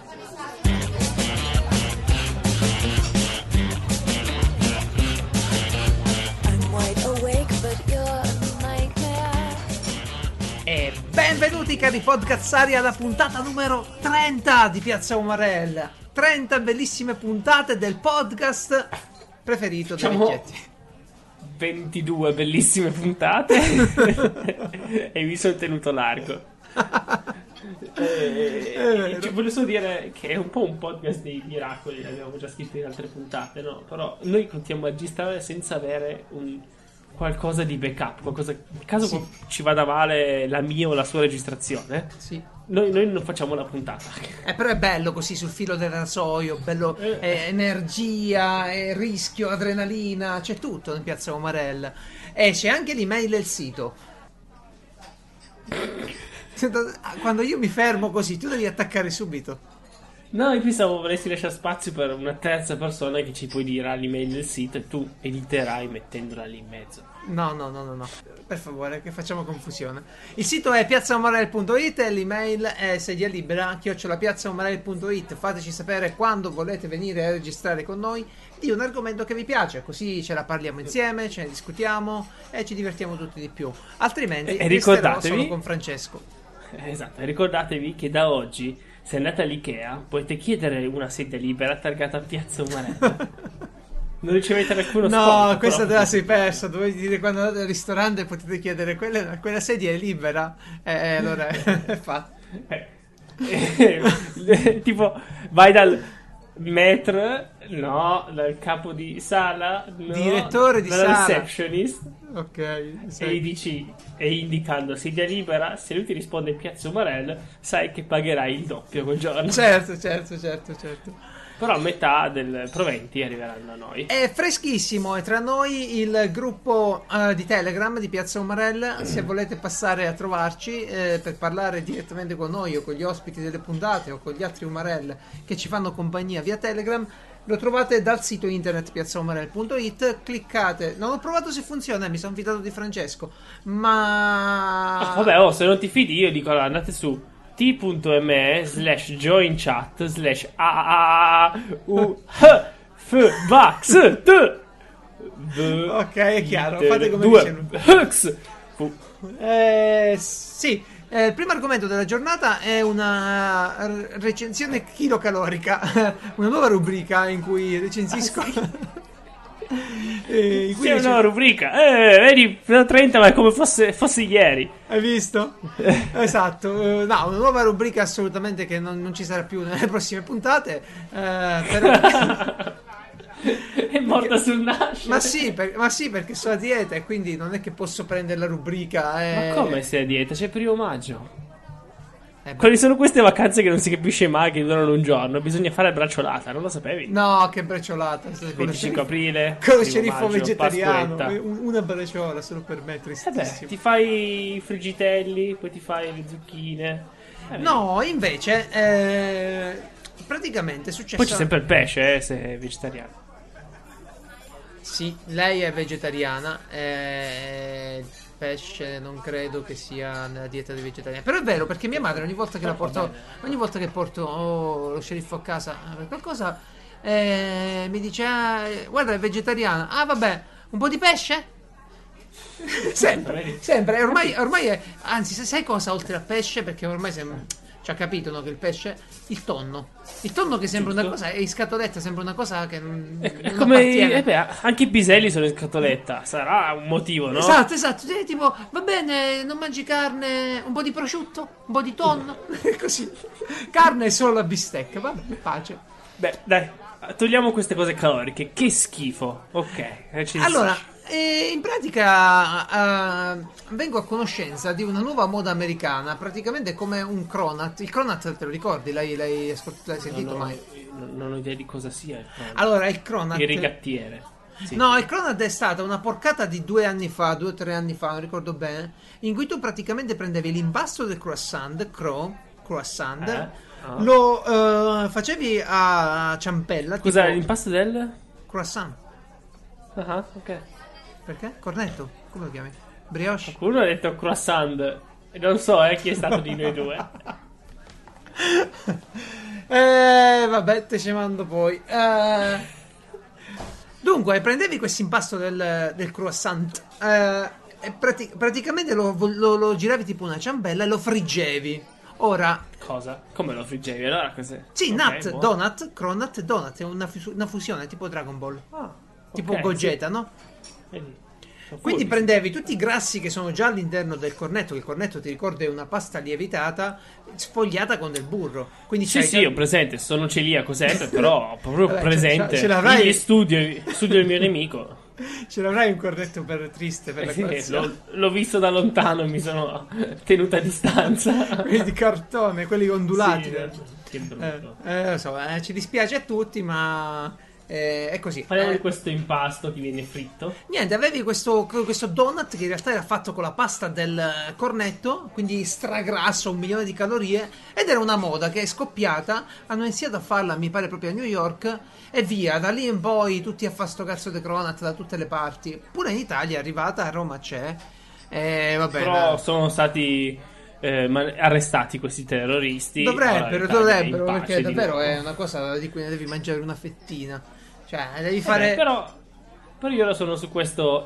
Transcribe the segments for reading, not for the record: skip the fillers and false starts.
E benvenuti cari podcazzari alla puntata numero 30 di Piazza Umarell. 30 bellissime puntate del podcast preferito dei vecchietti. 22 bellissime puntate e mi sono tenuto largo. Volevo solo dire che è un po' un podcast dei miracoli, l'abbiamo già scritto in altre puntate, no? Però noi continuiamo a registrare senza avere qualcosa di backup, qualcosa in caso ci vada male la mia o la sua registrazione. Sì. Noi non facciamo la puntata. Però è bello così sul filo del rasoio, bello energia, rischio, adrenalina, c'è tutto in Piazza Umarell. E c'è anche l'email e il sito. Quando io mi fermo così, tu devi attaccare subito. No, io pensavo vorresti lasciare spazio per una terza persona che ci poi dirà l'email del sito e tu editerai mettendola lì in mezzo. No. Per favore, che facciamo confusione. Il sito è piazzaumarell.it e l'email è sedialibera@piazzaumarell.it. Fateci sapere quando volete venire a registrare con noi di un argomento che vi piace, così ce la parliamo insieme, ce ne discutiamo e ci divertiamo tutti di più. Altrimenti resterò solo con Francesco. Esatto, e ricordatevi che da oggi, se andate all'Ikea, potete chiedere una sedia libera targata a Piazza Umarell. Non ricevete nessuno sconto. No, questa te la sei persa. Dovevi dire quando andate al ristorante potete chiedere quella sedia è libera. Allora è fatto. Tipo, vai dal maître, no, dal capo di sala, no, direttore di sala, receptionist. Ok. Sì. E gli dici, e indicando sedia libera, se lui ti risponde Piazza Umarell, sai che pagherai il doppio quel giorno. Certo. Però metà del proventi arriveranno a noi. È freschissimo, è tra noi il gruppo di Telegram di Piazza Umarell. Se volete passare a trovarci per parlare direttamente con noi o con gli ospiti delle puntate o con gli altri Umarell che ci fanno compagnia via Telegram, lo trovate dal sito internet piazzaumarell.it. Cliccate. Non ho provato se funziona, mi sono fidato di Francesco, ma vabbè, se non ti fidi io dico allora, andate su t.me/joinchat/AAUHFBAX. Ok, è chiaro, fate come dice lui. Sì. Il primo argomento della giornata è una recensione chilocalorica, una nuova rubrica in cui recensisco. C'è una nuova rubrica, vedi, 30, ma è come fosse ieri. Hai visto? Esatto. No, una nuova rubrica assolutamente che non ci sarà più nelle prossime puntate. Però è morta sul nascere. Ma sì, perché sono a dieta e quindi non è che posso prendere la rubrica. Ma come sei a dieta? C'è primo maggio. Quali sono queste vacanze che non si capisce mai, che durano un giorno? Bisogna fare bracciolata, non lo sapevi? No, che bracciolata. 25 aprile, con lo sceriffo maggio, vegetariano. Pasquetta. Una bracciola solo per me, tristissimo. Ti fai i frigitelli, poi ti fai le zucchine. No, invece praticamente è successo. Poi c'è sempre il pesce, se è vegetariano. Sì, lei è vegetariana. Pesce non credo che sia nella dieta dei vegetariani. Però è vero, perché mia madre ogni volta che ogni volta che porto lo sceriffo a casa per qualcosa mi dice guarda, è vegetariana. Ah vabbè, un po' di pesce? sempre ormai è, anzi, sai cosa oltre al pesce, perché ormai ci ha capito, no, che il pesce, il tonno che sembra una cosa, è in scatoletta, sembra una cosa che non appartiene. Anche i piselli sono in scatoletta, sarà un motivo, no? Esatto, tipo, va bene, non mangi carne, un po' di prosciutto, un po' di tonno, così. Carne è solo la bistecca, vabbè, pace. Beh, dai, togliamo queste cose caloriche, che schifo. Ok, allora, in pratica vengo a conoscenza di una nuova moda americana, praticamente come un cronut. Il cronut te lo ricordi? L'hai sentito mai? Non ho idea di cosa sia il cronut. Allora, il cronut, il rigattiere. Sì. No, il cronut è stata una porcata di 2 o 3 anni fa, non ricordo bene, in cui tu praticamente prendevi l'impasto del croissant, lo facevi a ciampella. Scusa, tipo l'impasto del croissant. Ah, ok. Perché? Cornetto? Come lo chiami? Brioche? Qualcuno ha detto croissant e non so chi è stato di noi due. Vabbè, te ci mando poi. Dunque, prendevi questo impasto del croissant e praticamente lo giravi tipo una ciambella e lo friggevi. Ora, Cosa? Come lo friggevi? Allora cos'è? sì, Ok, Nut, buono. Donut, Cronut e Donut è una fusione tipo Dragon Ball. Ah, Tipo ok, Gogeta, sì. no? Vedi. Sono Quindi furbi, prendevi tutti i grassi che sono già all'interno del cornetto, che il cornetto ti ricorda è una pasta lievitata sfogliata con del burro. Quindi sì, c'hai sì, già... ho presente, sono celiaco sempre, però ho proprio Vabbè, presente. ce l'avrai. Studio il mio nemico. Ce l'avrai un cornetto per triste per la colazione. L'ho visto da lontano e mi sono tenuta a distanza. Quelli di cartone, quelli ondulati. Sì, che brutto. Lo so, ci dispiace a tutti, ma è così. Parliamo di questo impasto che viene fritto. Niente, avevi questo donut che in realtà era fatto con la pasta del cornetto, quindi stragrasso, 1 milione di calorie, ed era una moda che è scoppiata. Hanno iniziato a farla, mi pare, proprio a New York, e via. Da lì in poi tutti a fare sto cazzo di cronut da tutte le parti. Pure in Italia è arrivata, a Roma c'è. Vabbè, Però sono stati arrestati questi terroristi. dovrebbero, Ora l'Italia è in perché pace di davvero nuovo. è una cosa di cui ne devi mangiare una fettina. Cioè, devi Vabbè, fare... però io ora sono su questo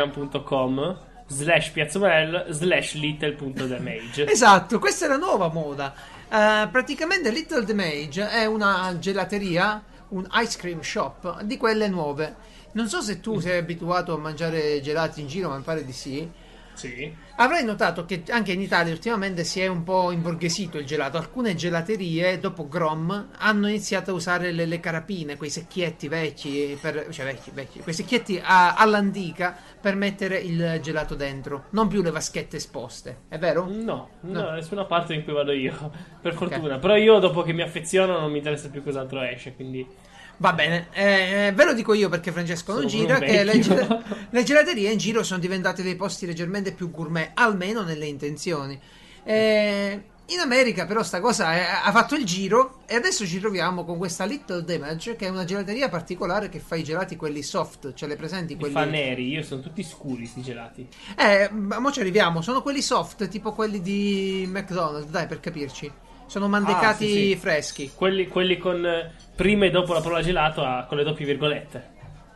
instagram.com/piazzomarel/little.damage. Esatto, questa è la nuova moda. Praticamente Little Damage è una gelateria, un ice cream shop di quelle nuove. Non so se tu sei abituato a mangiare gelati in giro, ma mi pare di sì. Sì. Avrai notato che anche in Italia ultimamente si è un po' imborghesito il gelato. Alcune gelaterie, dopo Grom, hanno iniziato a usare le carapine, quei secchietti vecchi, cioè vecchi, quei secchietti all'antica per mettere il gelato dentro. Non più le vaschette esposte, è vero? No, No. nessuna parte in cui vado io, per fortuna. Però io dopo che mi affeziono non mi interessa più cos'altro esce, quindi... Va bene, ve lo dico io perché Francesco non Sono gira, un che vecchio. le gelaterie in giro sono diventate dei posti leggermente più gourmet, almeno nelle intenzioni. In America però sta cosa ha fatto il giro e adesso ci troviamo con questa Little Damage, che è una gelateria particolare che fa i gelati quelli soft, ce le presenti Mi quelli... fa neri, io sono tutti scuri sti gelati. Ma mo ci arriviamo, sono quelli soft, tipo quelli di McDonald's, dai per capirci. Sono mandecati sì, sì. freschi. Quelli con prima e dopo la parola gelato con le doppie virgolette.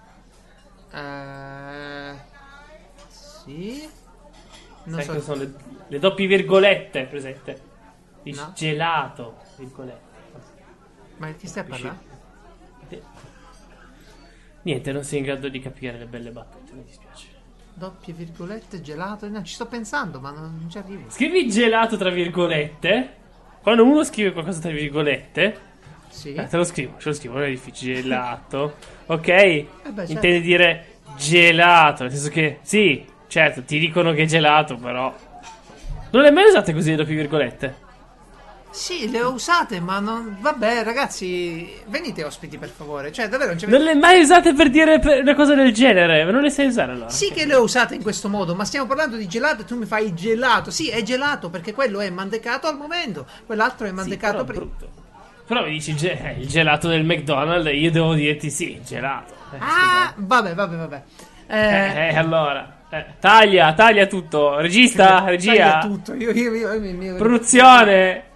Sì. Non Sai so. cosa sono le doppie virgolette, presente? Dici No. gelato, virgolette. Ma di chi stai a parlare? Niente, non sei in grado di capire le belle battute, mi dispiace. Doppie virgolette, gelato. No, ci sto pensando, ma non ci arrivo. Scrivi gelato tra virgolette. Quando uno scrive qualcosa tra virgolette, Sì. te lo scrivo, non è difficile. Gelato, ok? beh, certo. Intende dire gelato, nel senso che sì, certo, ti dicono che è gelato, però non le mai usate così le doppie virgolette? Sì, le ho usate, ma non. Vabbè, ragazzi, venite ospiti per favore. Cioè, davvero, non c'è. Non le hai mai usate per dire una cosa del genere? Ma non le sai usare allora? Sì, che le ho usate in questo modo, ma stiamo parlando di gelato e tu mi fai gelato. Sì, è gelato perché quello è mandecato al momento, quell'altro è Sì, mandecato però prima. brutto. Però mi dici il gelato del McDonald's, io devo dirti sì, gelato. Ah, vabbè. Allora. Taglia tutto. Regista, regia. Taglia tutto. Produzione.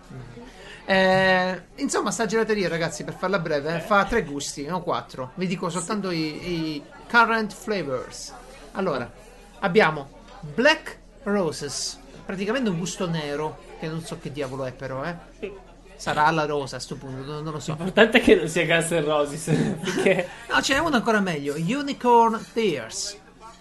Insomma, sta gelateria, ragazzi, per farla breve, fa 3 gusti, no 4. Vi dico soltanto i current flavors. Allora, abbiamo Black Roses, praticamente un gusto nero, che non so che diavolo è però, Sarà alla rosa a sto punto, non lo so. L'importante è che non sia Guns N' Roses. Perché... No, ce n'è uno ancora meglio, Unicorn Tears.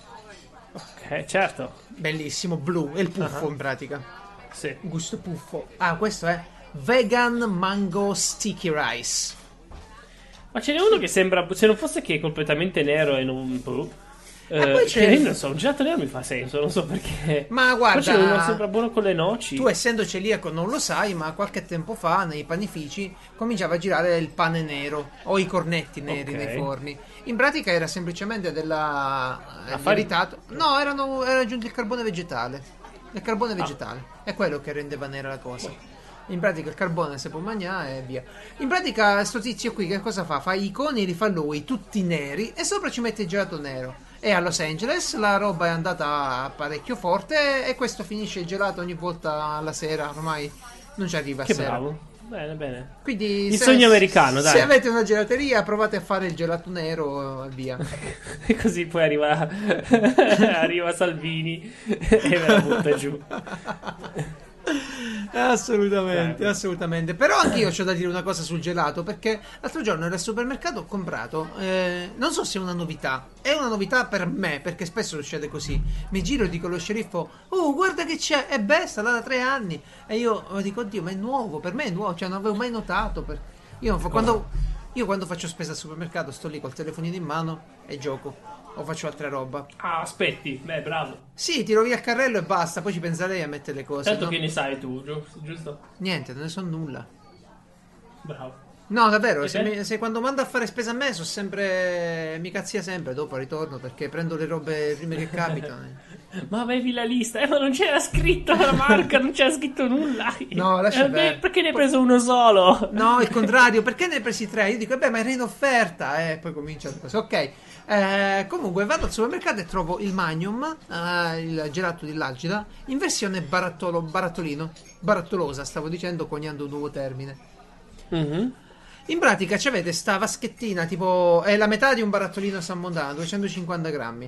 Ok, certo. Bellissimo, blu, è il puffo in pratica. Sì. Gusto puffo. Ah, questo è Vegan Mango Sticky Rice. Ma ce n'è uno che sembra, se non fosse che è completamente nero e non... poi c'è- che non so, un gelato nero mi fa senso, non so perché. Ma guarda, Poi c'è uno che sembra buono con le noci. tu essendo celiaco non lo sai, ma qualche tempo fa nei panifici cominciava a girare il pane nero o i cornetti neri Ok. nei forni. In pratica era semplicemente Affari- lievitato. No, era aggiunto il carbone vegetale. Il carbone vegetale è quello che rendeva nera la cosa. In pratica il carbone si può mangiare e via. In pratica sto tizio qui che cosa fa? Fa i coni, li fa lui, tutti neri, e sopra ci mette il gelato nero. E a Los Angeles la roba è andata parecchio forte e questo finisce il gelato ogni volta alla sera, ormai non ci arriva a Che sera. bravo. Bene, bene. Quindi Il sogno americano, dai. Se avete una gelateria, provate a fare il gelato nero e via. E così poi arriva Salvini e me la butta giù. Assolutamente, assolutamente. Però anche io c'ho da dire una cosa sul gelato, perché l'altro giorno al supermercato ho comprato, non so se è una novità, è una novità per me, perché spesso succede così. Mi giro e dico allo sceriffo: oh, guarda che c'è, è sta là da 3 anni. E io dico: oddio, ma è nuovo, per me è nuovo, cioè non avevo mai notato. Quando faccio spesa al supermercato sto lì col telefonino in mano e gioco. O faccio altra roba. Ah, aspetti, beh, bravo. Sì, tiro via il carrello e basta. Poi ci pensa lei a mettere le cose. Certo, no? che ne sai tu, giusto? Niente, non ne so nulla. Bravo. No, davvero, se quando mando a fare spesa a me so sempre. Mi cazzia sempre, dopo ritorno perché prendo le robe prima che capitano. Ma avevi la lista, ma non c'era scritto la marca, non c'era scritto nulla. No, lascia perdere. Perché ne hai preso uno solo? No, il contrario, perché ne hai presi 3? Io dico, ma era in offerta. Poi comincia la cosa. Ok. Comunque vado al supermercato e trovo il Magnum, il gelato dell'Algida, in versione barattolosa, stavo dicendo, coniando un nuovo termine. Mm-hmm. In pratica c'avete sta vaschettina, tipo è la metà di un barattolino San Montano, 250 grammi.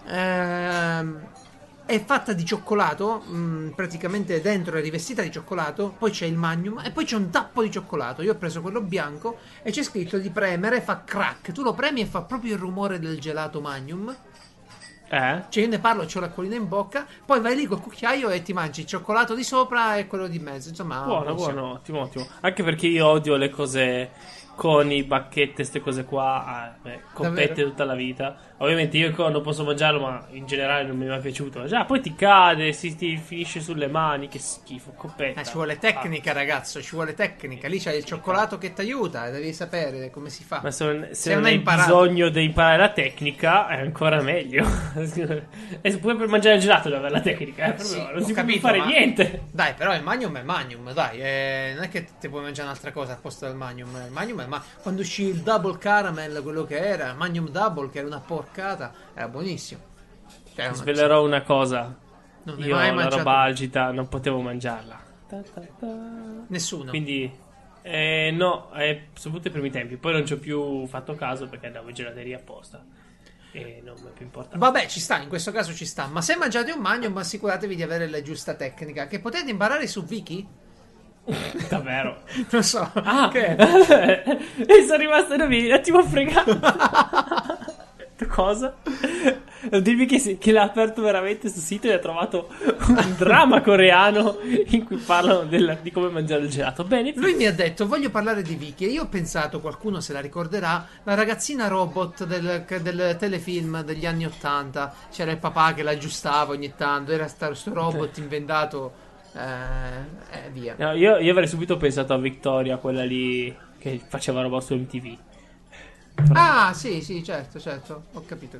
È fatta di cioccolato, praticamente dentro è rivestita di cioccolato, poi c'è il Magnum e poi c'è un tappo di cioccolato. Io ho preso quello bianco e c'è scritto di premere, fa crack. Tu lo premi e fa proprio il rumore del gelato Magnum. Cioè io ne parlo, c'ho l'acquolina in bocca, poi vai lì col cucchiaio e ti mangi il cioccolato di sopra e quello di mezzo. Insomma, buono, ottimo. Anche perché io odio le cose con i bacchette, queste cose qua, coppette Davvero? tutta la vita. Ovviamente io il corno posso mangiarlo, ma in generale non mi è mai piaciuto. Già, poi ti cade, ti finisce sulle mani, che schifo, coppetta. Ci vuole tecnica, ragazzo, ci vuole tecnica. Lì c'è il cioccolato che ti aiuta, devi sapere come si fa. Ma se non hai bisogno di imparare la tecnica, è ancora meglio. E pure per mangiare il gelato deve avere la tecnica, Sì, non si capito, può fare ma niente. Dai, però il Magnum è Magnum, dai, non è che ti puoi mangiare un'altra cosa al posto del Magnum. Il Magnum è quando uscì il Double Caramel, quello che era, Magnum Double, che era una porcata, era buonissimo. Cioè, Svelerò una cosa. Non ne Io hai mai la mangiato? roba algida non potevo mangiarla. Nessuno. Quindi no, soprattutto i primi tempi. Poi non ci ho più fatto caso perché andavo in gelateria apposta e non mi è più importante. Vabbè, ci sta, in questo caso ci sta. Ma se mangiate un Magnum, assicuratevi di avere la giusta tecnica, che potete imparare su Wiki. Davvero? Non so. Che e sono rimasto un attimo fregato. Cosa? Dimmi che l'ha aperto veramente sul sito e ha trovato un dramma coreano in cui parlano di come mangiare il gelato. Bene. Lui mi ha detto: voglio parlare di Vicky. E io ho pensato, qualcuno se la ricorderà, la ragazzina robot del telefilm degli anni 80. C'era il papà che la aggiustava ogni tanto. Era questo robot inventato. Via. No, io avrei subito pensato a Victoria, quella lì che faceva roba su MTV. Ah, sì, certo, ho capito.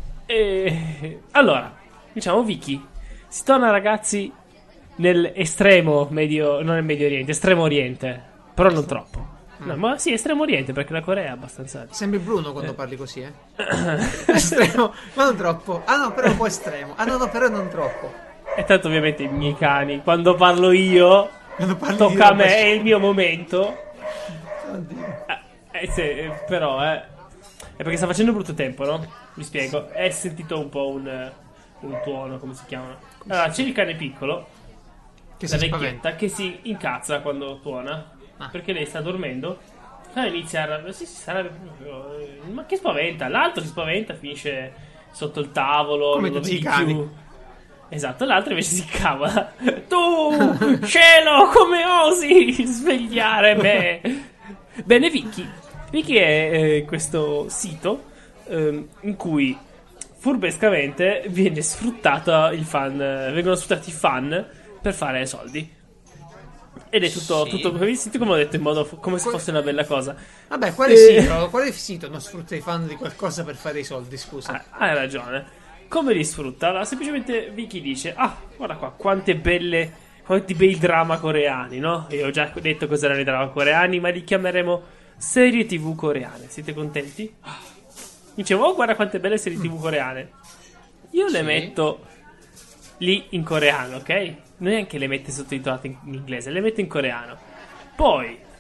Allora, diciamo Vicky si torna, ragazzi, nell'estremo medio, non nel Medio Oriente, estremo Oriente, però non troppo. No, ma sì, estremo Oriente, perché la Corea è abbastanza. Sembri Bruno quando parli così, estremo, ma non troppo. Ah no, però un po' estremo. Ah no, però non troppo. E tanto ovviamente i miei cani, quando parlo io, tocca a me, è il mio momento. Oddio. Però è perché sta facendo brutto tempo, no? Vi spiego. È sentito un po' un tuono, come si chiama? Allora, c'è il cane piccolo, Che la si vecchietta, spaventa. che si incazza quando tuona, perché lei sta dormendo. Inizia a arrabbiare. Sì, si arrabbia proprio. Ma che spaventa? L'altro si spaventa, finisce sotto il tavolo, Come non lo tutti i vedi cani. più. Esatto, l'altro invece si cava. Tu, cielo, come osi svegliare me? Bene, Wiki è questo sito in cui furbescamente viene sfruttata vengono sfruttati i fan per fare soldi. Ed è tutto come ho detto, in modo come se fosse una bella cosa. Vabbè, quale sito non sfrutta i fan di qualcosa per fare i soldi, scusa? Hai ragione. Come li sfrutta? Allora, semplicemente Vicky dice: guarda qua, quanti bei drama coreani, no? Io ho già detto cos'erano i drama coreani, ma li chiameremo serie TV coreane. Siete contenti? Dicevo, guarda quante belle serie TV coreane. Io le metto lì in coreano, ok? Non è che le mette sottotitolate in inglese, le metto in coreano. Poi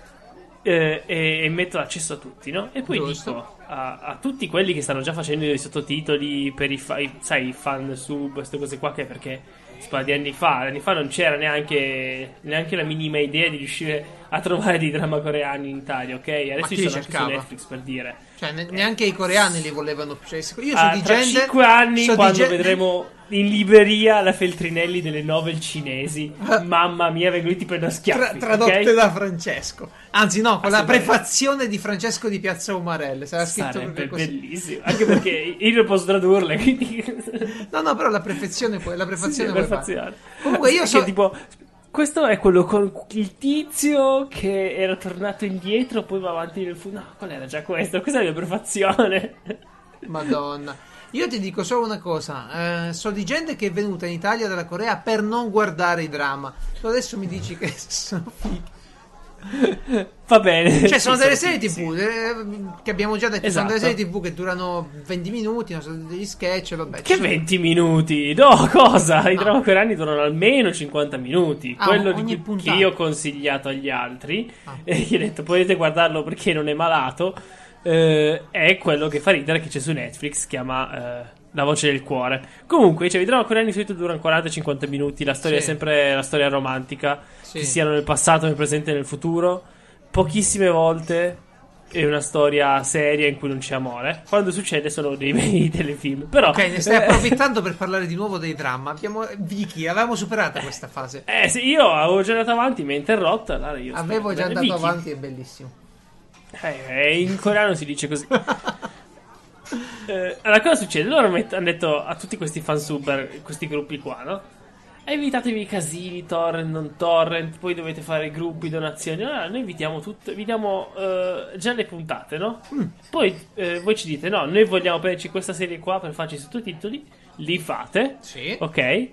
e metto l'accesso a tutti, no? E poi dico a tutti quelli che stanno già facendo i sottotitoli per i fan sub, queste cose qua, che perché si parla di anni fa non c'era neanche la minima idea di riuscire a trovare dei drama coreani in Italia, ok? Adesso ci sono anche su Netflix, per dire. Cioè, neanche i coreani li volevano. Cioè, io tra 5 anni, quando vedremo in libreria la Feltrinelli delle novel cinesi, mamma mia, vengo lì ti prendo a schiaffi. Tradotte da Francesco. Anzi, no, con la prefazione di Francesco di Piazza Umarelle. Sarebbe così. Bellissimo. Anche perché io non posso tradurle, quindi. No, però la prefazione poi. Prefazione. Comunque io so. Tipo. Questo è quello con il tizio che era tornato indietro, poi va avanti nel futuro. No, qual era già questo? Questa è la mia prefazione. Madonna. Io ti dico solo una cosa. So di gente che è venuta in Italia dalla Corea per non guardare i drama. Tu adesso mi dici che sono fighi. Va bene. Cioè, sono delle serie TV che abbiamo già detto. Esatto. Sono delle serie TV che durano 20 minuti. Non sono degli sketch. Vabbè, che 20 minuti? No, cosa? I drama coreani durano almeno 50 minuti. Quello che io ho consigliato agli altri, e gli ho detto potete guardarlo perché non è malato. È quello che fa ridere, che c'è su Netflix. Si chiama La voce del cuore. Comunque, cioè, i drama coreani di solito durano 40-50 minuti. La storia è sempre la storia romantica, che siano nel passato, nel presente e nel futuro. Pochissime volte è una storia seria in cui non c'è amore. Quando succede sono dei bei telefilm. Però ok, ne stai approfittando per parlare di nuovo dei dramma. Vicky, avevamo superato questa fase. Sì, io avevo già andato avanti, mi è interrotta. Allora io avevo già andato avanti, è bellissimo. In coreano si dice così. Allora, cosa succede? Loro hanno detto a tutti questi fansub, questi gruppi qua, no? Evitatevi i casini, torrent, non torrent, poi dovete fare gruppi, donazioni. Allora noi vi diamo già le puntate, no? Poi voi ci dite, no, noi vogliamo prenderci questa serie qua per farci i sottotitoli, li fate, ok?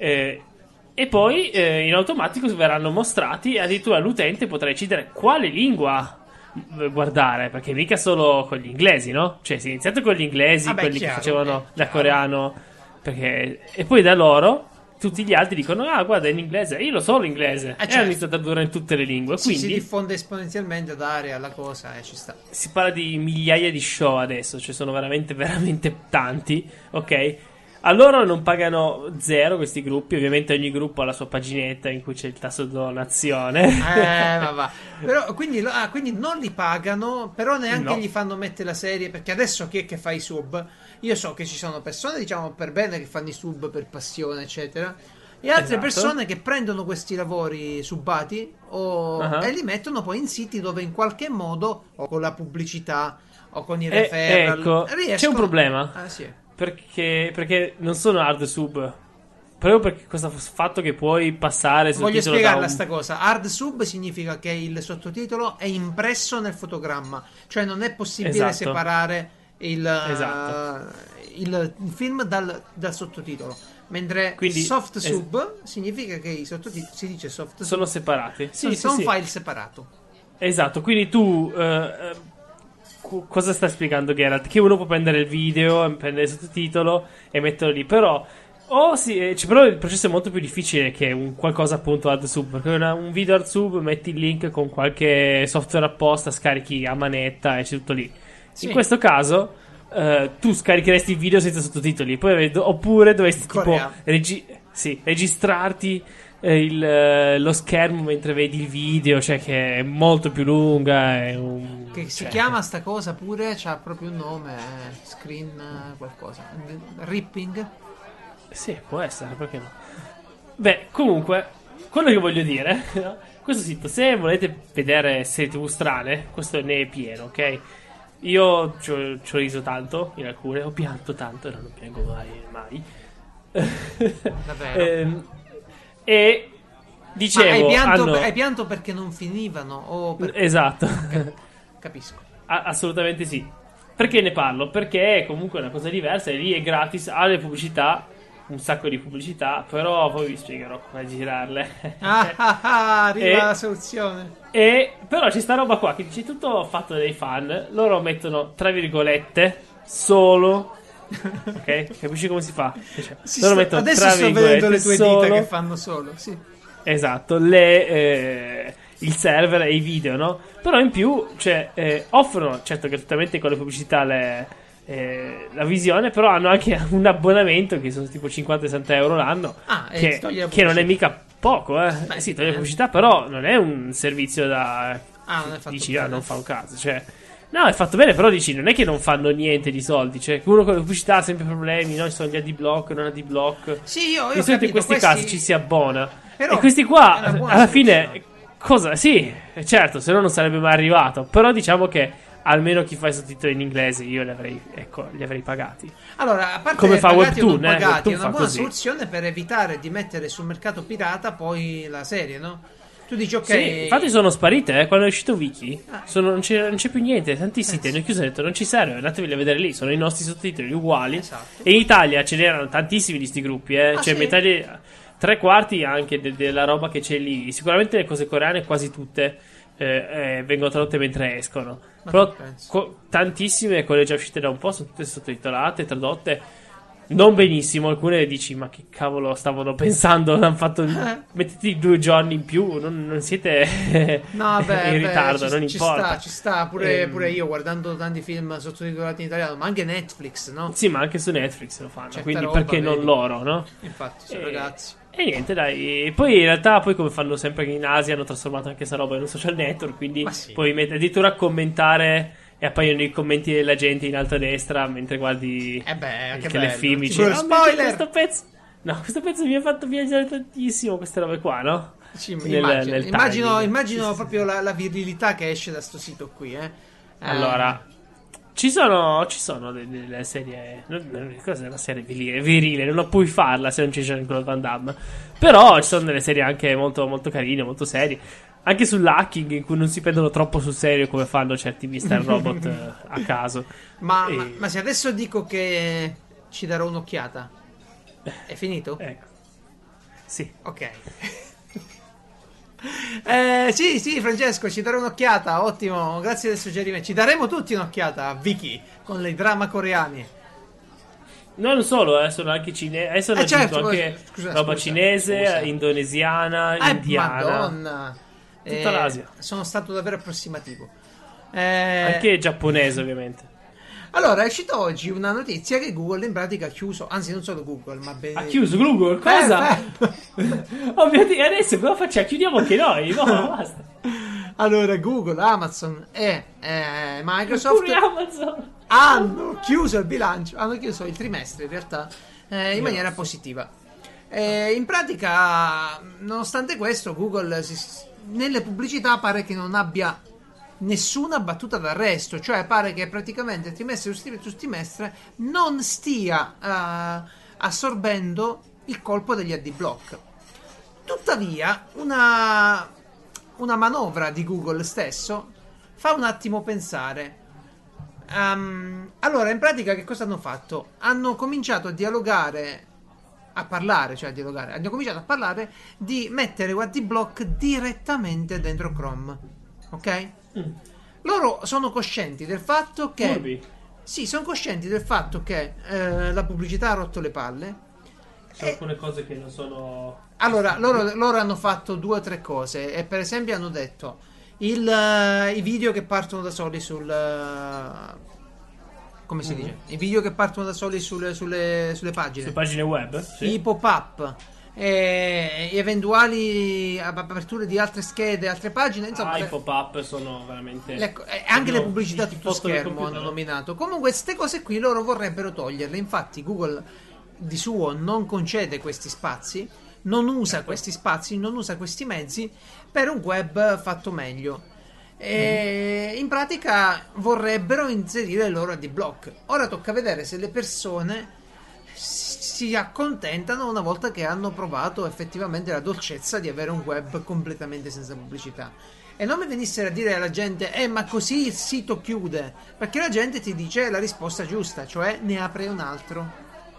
E poi in automatico verranno mostrati e addirittura l'utente potrà decidere quale lingua guardare, perché mica solo con gli inglesi, no? Cioè si è iniziato con gli inglesi, quelli che facevano da coreano, e poi da loro tutti gli altri dicono guarda in inglese, io lo so l'inglese, e hanno iniziato a tradurre in tutte le lingue, quindi si diffonde esponenzialmente da area alla cosa e ci sta. Si parla di migliaia di show adesso, cioè sono veramente veramente tanti, ok? A loro non pagano zero questi gruppi, ovviamente ogni gruppo ha la sua paginetta in cui c'è il tasto donazione. Va. Però quindi non li pagano, però neanche gli fanno mettere la serie, perché adesso chi è che fa i sub? Io so che ci sono persone, diciamo, per bene che fanno i sub per passione, eccetera, e altre persone che prendono questi lavori subati e li mettono poi in siti dove in qualche modo, o con la pubblicità o con i referral, ecco, c'è un problema. Sì. Perché non sono hard sub. Proprio perché questo fatto che puoi passare sul voglio spiegarla sta cosa. Hard sub significa che il sottotitolo è impresso nel fotogramma, cioè non è possibile separare il film dal sottotitolo. Mentre quindi, soft sub significa che i sottotitoli, si dice soft sono sub, separati. Sono un file separato. Esatto, quindi tu cosa sta spiegando Geralt? Che uno può prendere il video, prendere il sottotitolo e metterlo lì, però però il processo è molto più difficile che un qualcosa appunto hard sub, perché un video hard sub metti il link con qualche software apposta, scarichi a manetta e c'è tutto lì. In questo caso tu scaricheresti il video senza sottotitoli, oppure dovresti tipo registrarti lo schermo mentre vedi il video, cioè che è molto più lunga. Che si chiama sta cosa pure, c'ha proprio un nome, screen qualcosa, ripping. Sì, può essere, perché no? Beh, comunque, quello che voglio dire, questo sito, se volete vedere serie TV strane, questo ne è pieno, ok? Io ci ho riso tanto in alcune, ho pianto tanto, non piango mai. Davvero? E dicevo, hai pianto perché non finivano? Esatto. Okay. Capisco. Assolutamente sì. Perché ne parlo? Perché comunque è una cosa diversa, e lì è gratis, ha le pubblicità, un sacco di pubblicità, però poi vi spiegherò come girarle. Arriva la soluzione. Però c'è sta roba qua che dice tutto fatto dai fan, loro mettono tra virgolette solo. Ok, capisci come si fa? Loro mettono adesso tra sto vedendo le tue dita che fanno solo, sì. Esatto, il server e i video, no? Però in più, cioè, offrono, certo gratuitamente con le pubblicità la visione, però hanno anche un abbonamento che sono tipo 50-60 euro l'anno, che non è mica poco, eh. Beh, sì, toglie la pubblicità, però non è un servizio da... non è fatto dici, bene. non fa un caso, cioè... No, è fatto bene, però dici, non è che non fanno niente di soldi, cioè uno con le pubblicità ha sempre problemi, no? Ci sono gli AD-block, non AD-block. Sì, io di solito in questi casi ci si abbona. Però e questi qua, è una buona alla soluzione. fine, cosa? Sì, certo, se no non sarebbe mai arrivato, però diciamo che almeno chi fa i sottotitoli in inglese io li avrei pagati. Allora, a parte come fa pagati o non Webtoon, pagati, Webtoon è una fa buona così. soluzione per evitare di mettere sul mercato pirata poi la serie, no? Tu dici ok. Sì, infatti sono sparite, quando è uscito Wiki. Non c'è più niente, tanti siti hanno chiuso e hanno detto non ci serve, andateveli a vedere lì, sono i nostri sottotitoli uguali. Esatto. E in Italia ce n'erano tantissimi di sti gruppi, cioè sì? metà tre quarti anche della roba che c'è lì. Sicuramente le cose coreane quasi tutte vengono tradotte mentre escono. Ma Però penso. Tantissime, quelle già uscite da un po', sono tutte sottotitolate, tradotte. Non benissimo, alcune dici, ma che cavolo stavano pensando? Hanno fatto. Mettiti 2 giorni in più, non siete No, beh, in ritardo, non ci importa. Ci sta, pure io guardando tanti film sottotitolati in italiano, ma anche Netflix, no? Sì, ma anche su Netflix lo fanno, Certa quindi roba, perché non vedi. loro, no? Infatti, sono ragazzi. E niente, dai. Poi in realtà, poi come fanno sempre in Asia, hanno trasformato anche questa roba in un social network, quindi Ma sì. puoi addirittura commentare. E appaiono i commenti della gente in alto a destra mentre guardi Che il bello. telefilm. Tipo Dici, lo "Oh, spoiler!" questo pezzo. No, questo pezzo mi ha fatto viaggiare tantissimo. Queste robe qua, no? Immagino timing. Sì, proprio la virilità che esce da sto sito qui, Allora, ci sono delle serie. Cos'è una serie virile? Non puoi farla se non c'è Jean-Claude Van Damme. Però ci sono delle serie anche molto, molto carine, molto serie. Anche sull'hacking, in cui non si prendono troppo sul serio come fanno certi Mr. Robot a caso. ma se adesso dico che ci darò un'occhiata, è finito? Ecco. Sì. Ok. Sì, Francesco, ci darò un'occhiata. Ottimo, grazie del suggerimento. Ci daremo tutti un'occhiata a Viki con i drama coreani. Non solo, sono anche cinesi. Adesso hanno aggiunto anche roba cinese, indonesiana, indiana. Madonna. Tutta l'Asia. Sono stato davvero approssimativo. Anche giapponese, ovviamente. Allora, è uscita oggi una notizia che Google in pratica ha chiuso, anzi non solo Google, ma ha chiuso Google? Cosa? Oh mio Dio, adesso cosa facciamo? Chiudiamo anche noi, no, basta. Allora, Google, Amazon e Microsoft Pure Amazon hanno chiuso il bilancio, hanno chiuso il trimestre in realtà in maniera positiva. In pratica, nonostante questo, Google nelle pubblicità pare che non abbia nessuna battuta d'arresto, cioè pare che praticamente trimestre su trimestre non stia assorbendo il colpo degli AD-block. Tuttavia, una manovra di Google stesso fa un attimo pensare. Allora, in pratica, che cosa hanno fatto? Hanno cominciato a dialogare, hanno cominciato a parlare di mettere AD-block direttamente dentro Chrome, ok? Loro sono coscienti del fatto che Furbi. Sì, sono coscienti del fatto che la pubblicità ha rotto le palle. Sono alcune cose che non sono. Allora, loro hanno fatto 2 o 3 cose. E per esempio hanno detto i video che partono da soli sul. Come si dice? I video che partono da soli sulle pagine. Sulle pagine web? Sì. I pop-up. Eventuali aperture di altre schede, altre pagine, insomma, i pop-up sono veramente anche le pubblicità a tutto schermo computer, hanno nominato. Comunque queste cose qui loro vorrebbero toglierle. Infatti Google di suo non concede questi spazi, non usa questi spazi, non usa questi mezzi per un web fatto meglio. E in pratica vorrebbero inserire il loro AD-block. Ora tocca vedere se le persone si accontentano una volta che hanno provato effettivamente la dolcezza di avere un web completamente senza pubblicità. E non mi venissero a dire alla gente ma così il sito chiude, perché la gente ti dice la risposta giusta, cioè ne apre un altro.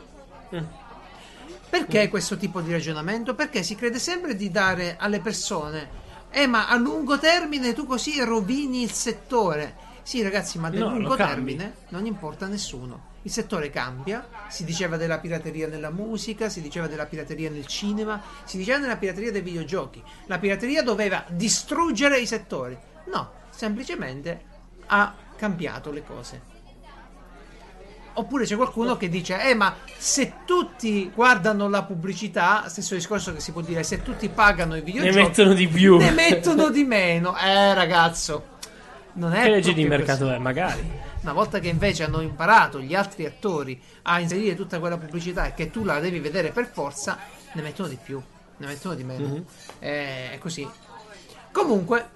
Perché questo tipo di ragionamento? Perché si crede sempre di dare alle persone ma a lungo termine tu così rovini il settore. Sì, ragazzi, ma nel No, lungo lo cambi. termine non importa a nessuno. Il settore cambia, si diceva della pirateria nella musica, si diceva della pirateria nel cinema, si diceva della pirateria dei videogiochi. La pirateria doveva distruggere i settori. No, semplicemente ha cambiato le cose. Oppure c'è qualcuno che dice, ma se tutti guardano la pubblicità, stesso discorso che si può dire, se tutti pagano i Ne videogiochi, mettono di più. ne mettono di meno. Ragazzo, non è Che legge di proprio mercato così. è? Magari. Una volta che invece hanno imparato gli altri attori a inserire tutta quella pubblicità e che tu la devi vedere per forza, ne mettono di più, ne mettono di meno. Mhm. È così. Comunque.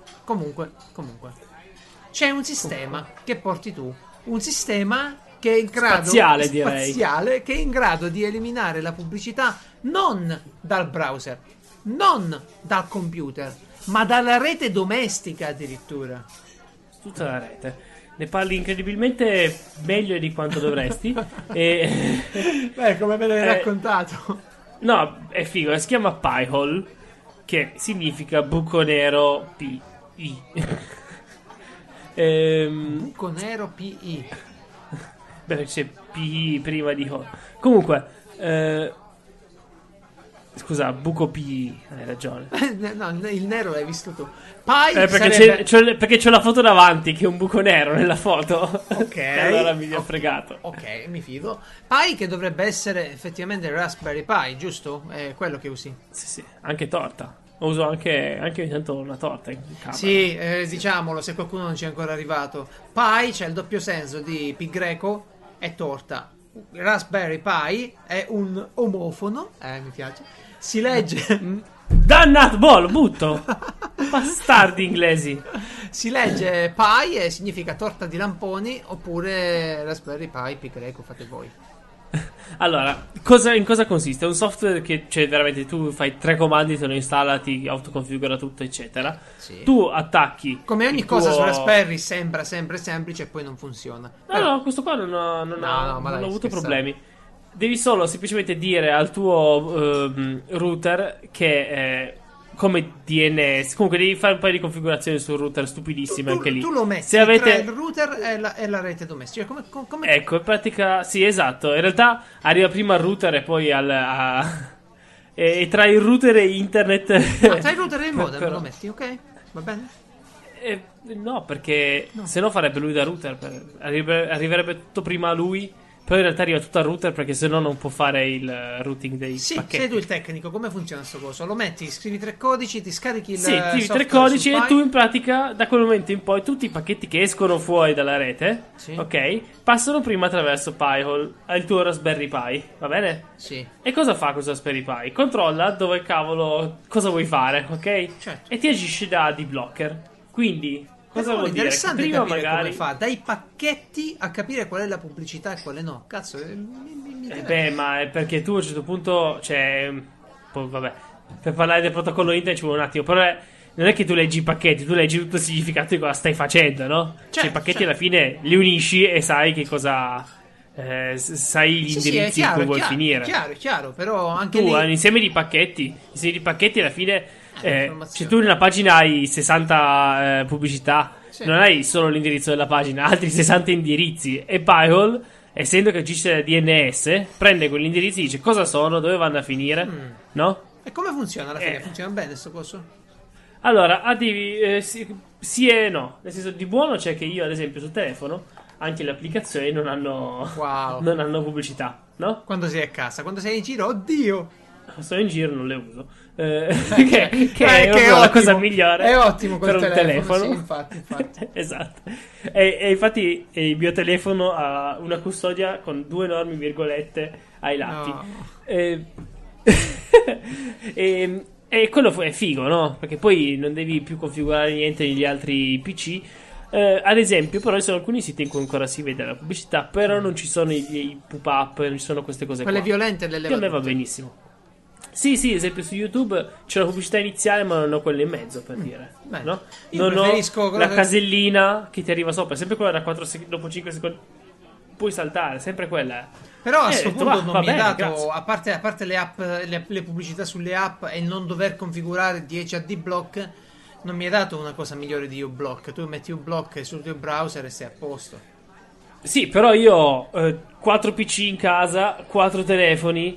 C'è un sistema che porti tu. Un sistema che è in grado Spaziale, direi. spaziale, che è in grado di eliminare la pubblicità non dal browser, non dal computer, ma dalla rete domestica addirittura. Tutta la rete. Ne parli incredibilmente meglio di quanto dovresti. E... Beh, come me l'hai raccontato. No, è figo. Si chiama Pi-hole, che significa buco nero P-I. Buco nero PI. Beh, c'è P prima di hole. Comunque, scusa, buco P, hai ragione. No, il nero l'hai visto tu. Pi Perché, sarebbe... perché c'ho la foto davanti, che è un buco nero nella foto. Ok. E allora mi ha fregato. Ok, mi fido. Pi che dovrebbe essere effettivamente Raspberry Pi, giusto? È quello che usi. Sì, torta. torta. Uso anche ogni tanto una torta in camera. Sì, diciamolo se qualcuno non ci è ancora arrivato. Pi c'è il doppio senso di pi greco e torta. Raspberry Pi è un omofono, mi piace. Si legge Dannato, lo butto. Bastardi inglesi. si legge Pi e significa torta di lamponi, oppure Raspberry Pi, pi greco, fate voi. Allora, in cosa consiste? È un software che, cioè, veramente tu fai 3 comandi, te lo installa, ti autoconfigura tutto, eccetera. Sì. Tu attacchi. Come ogni il cosa tuo- su Raspberry sembra sempre semplice e poi non funziona. No, questo qua non ho No, ma dai, ho avuto scherzavo. problemi. Devi solo semplicemente dire al tuo router che come DNS. Comunque devi fare un paio di configurazioni sul router stupidissime anche lì. Tu lo metti Se avete tra il router e la rete domestica. Come Ecco, in pratica, sì, esatto. In realtà arriva prima al router e poi e tra il router e internet. tra il router e il modem Però- lo metti, ok? Va bene? No, perché se no farebbe lui da router. Arriverebbe tutto prima a lui. Poi in realtà arriva tutto al router perché se no non può fare il routing dei Sì, pacchetti. sei tu il tecnico, come funziona sto coso? Lo metti, scrivi 3 codici, ti scarichi il Sì, ti 3 software codici sul e Pi. tu in pratica da quel momento in poi tutti i pacchetti che escono fuori dalla rete, Sì. ok, passano prima attraverso Pi-hole al tuo Raspberry Pi, va bene? Sì, E cosa fa questo Raspberry Pi? Controlla dove cavolo cosa vuoi fare, ok? certo. E ti agisce da deblocker. Quindi cosa Però vuol dire? Che interessante prima capire magari come fa dai pacchetti a capire qual è la pubblicità e quale no. Cazzo, mi beh, ma è perché tu a un certo punto, cioè, poi, vabbè, per parlare del protocollo internet ci vuole un attimo, però non è che tu leggi i pacchetti, tu leggi tutto il significato di cosa stai facendo, no? Cioè, i pacchetti certo. alla fine li unisci e sai che cosa, sai gli Sì, indirizzi è in cui chiaro, vuoi finire. è chiaro, però anche Tu lì hai un insieme di pacchetti, alla fine, informazioni. se tu nella pagina hai 60 pubblicità, Sì. non hai solo l'indirizzo della pagina, altri 60 indirizzi. E Pi-hole, essendo che agisce da DNS, prende quegli indirizzi e dice cosa sono, dove vanno a finire, no? E come funziona alla fine? Funziona bene sto coso? Allora, sì e no. Nel senso, di buono c'è che io, ad esempio, sul telefono, anche le applicazioni non hanno, Wow. non hanno pubblicità, no? Quando sei a casa, quando sei in giro, oddio! Sto in giro, non le uso. Che è che proprio la ottimo. cosa migliore È ottimo col per un telefono. sì, infatti. Esatto. E infatti il mio telefono ha una custodia con 2 enormi virgolette ai lati. No. E quello è figo, no? Perché poi non devi più configurare niente negli altri PC. Ad esempio, però, ci sono alcuni siti in cui ancora si vede la pubblicità, però non ci sono i pop-up, non ci sono queste cose Quelle qua. violente le Che a me leva va tutte. benissimo. Sì, ad esempio su YouTube c'è la pubblicità iniziale, ma non ho quella in mezzo, per dire. Bene. No? Io Non preferisco ho quello la che- casellina che ti arriva sopra, è sempre quella da 4 dopo 5 secondi. Puoi saltare, sempre quella. Però a ho sto detto, punto va non mi è bene, dato, grazie. a parte le app, le pubblicità sulle app e non dover configurare 10 AD block, non mi hai dato una cosa migliore di uBlock. Tu metti uBlock sul tuo browser e sei a posto. Sì, però io ho 4 PC in casa, 4 telefoni.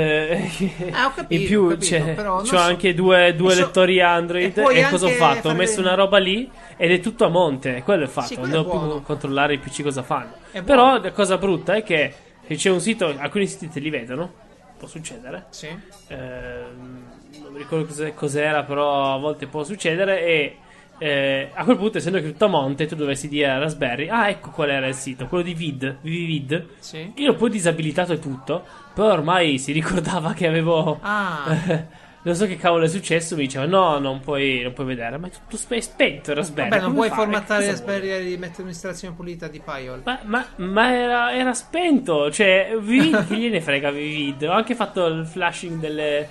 Ho capito, In più però c'ho anche due lettori Android. E cosa ho fatto? Ho messo una roba lì ed è tutto a monte. Quello è il fatto. Sì, non quello devo è buono. più controllare i PC cosa fanno. È Però buono. la cosa brutta è che se c'è un sito, alcuni siti te li vedono. Può succedere. Sì. Non mi ricordo cos'era, però a volte può succedere. E a quel punto, essendo che tutto a monte, tu dovresti dire a Raspberry: ah, ecco qual era il sito, quello di Vivid. Sì. Io l'ho poi disabilitato e tutto, però ormai si ricordava che avevo. Non so che cavolo è successo. Mi diceva: no, non puoi vedere. Ma è tutto spento il Raspberry. Vabbè, non come puoi fai? formattare Cosa Raspberry vuoi? e mettere un'installazione pulita di Pyol. Ma era spento. Cioè, Vivid, che gliene frega Vivid? Ho anche fatto il flashing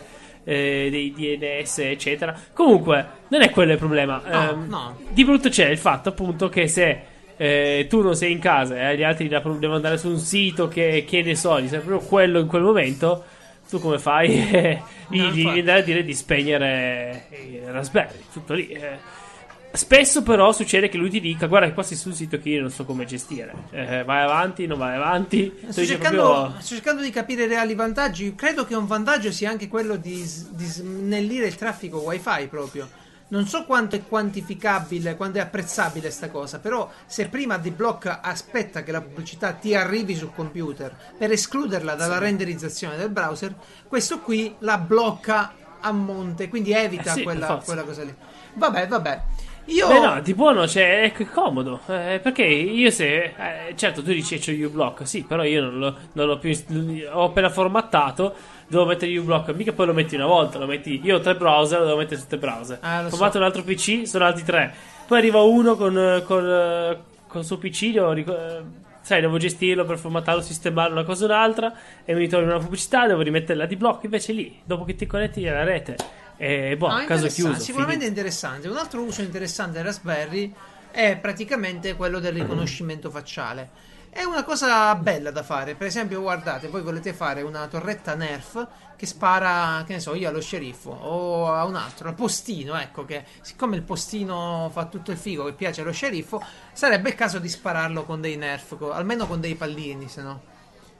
dei DNS, eccetera. Comunque, non è quello il problema. No. Di brutto c'è il fatto, appunto, che se tu non sei in casa e gli altri devono andare su un sito che ne so, gli serve proprio quello in quel momento, tu come fai? Gli devi andare a dire di spegnere il Raspberry, tutto lì. Spesso però succede che lui ti dica: guarda che qua sei su un sito che io non so come gestire, vai avanti, non vai avanti. Sto cercando di capire i reali vantaggi. Credo che un vantaggio sia anche quello di snellire il traffico wifi proprio. Non so quanto è quantificabile, quanto è apprezzabile sta cosa, però se prima AdBlock aspetta che la pubblicità ti arrivi sul computer per escluderla dalla renderizzazione del browser, questo qui la blocca a monte, quindi evita quella cosa lì. Vabbè. Beh, no, di buono, cioè, è comodo. Perché io certo, tu dici c'ho uBlock, sì, però io non l'ho più. Ho appena formattato, devo mettere uBlock, mica poi lo metti una volta, lo metti. Io ho 3 browser, lo devo mettere su 3 browser. Formato un altro PC, sono altri 3. Poi arriva uno con il suo PC, devo gestirlo per formatarlo, sistemarlo, una cosa o un'altra, e mi ritrovo una pubblicità, devo rimettere l'AdBlock, invece lì, dopo che ti connetti alla rete. Caso chiuso. Sicuramente è interessante. Un altro uso interessante del Raspberry è praticamente quello del riconoscimento facciale. È una cosa bella da fare. Per esempio, guardate, voi volete fare una torretta Nerf che spara, che ne so, io allo sceriffo o a un altro, al postino, ecco, che siccome il postino fa tutto il figo che piace allo sceriffo, sarebbe il caso di spararlo con dei Nerf, almeno con dei pallini, se no.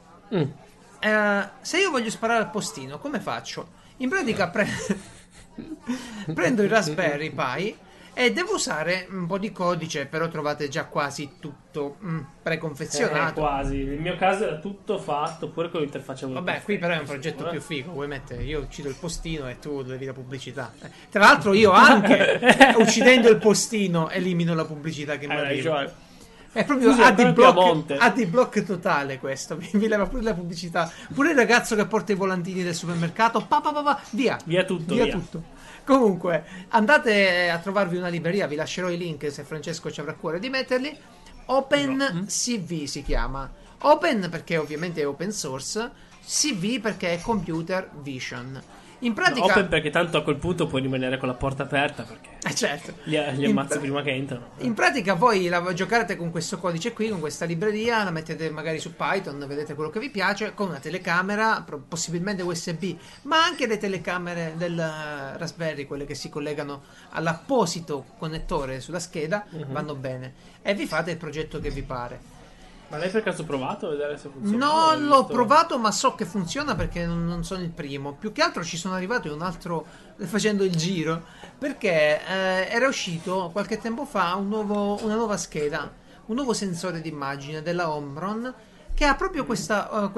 Se io voglio sparare al postino, come faccio? In pratica prendo il Raspberry Pi e devo usare un po' di codice, però trovate già quasi tutto preconfezionato. Quasi. Nel mio caso era tutto fatto, pure con l'interfaccia. Vabbè, qui però è un progetto più figo. Vuoi mettere, io uccido il postino e tu levi la pubblicità. Tra l'altro io anche, uccidendo il postino, elimino la pubblicità che mi arriva. È proprio AdBlock totale questo. Mi leva pure la pubblicità. Pure il ragazzo che porta i volantini del supermercato. Via tutto. Comunque, andate a trovarvi una libreria. Vi lascerò i link se Francesco ci avrà cuore di metterli. OpenCV si chiama. Open perché ovviamente è open source. CV perché è Computer Vision. In pratica, open perché tanto a quel punto puoi rimanere con la porta aperta, perché certo, li ammazzi prima che entrano. In pratica voi giocate con questo codice qui, con questa libreria, la mettete magari su Python, vedete quello che vi piace, con una telecamera, possibilmente USB, ma anche le telecamere del Raspberry, quelle che si collegano all'apposito connettore sulla scheda, vanno bene, e vi fate il progetto che vi pare. Ma l'hai per caso provato a vedere se funziona? Non l'ho provato, ma so che funziona perché non sono il primo. Più che altro ci sono arrivato in un altro facendo il giro, perché era uscito qualche tempo fa una nuova scheda, un nuovo sensore d'immagine della Omron che ha proprio questa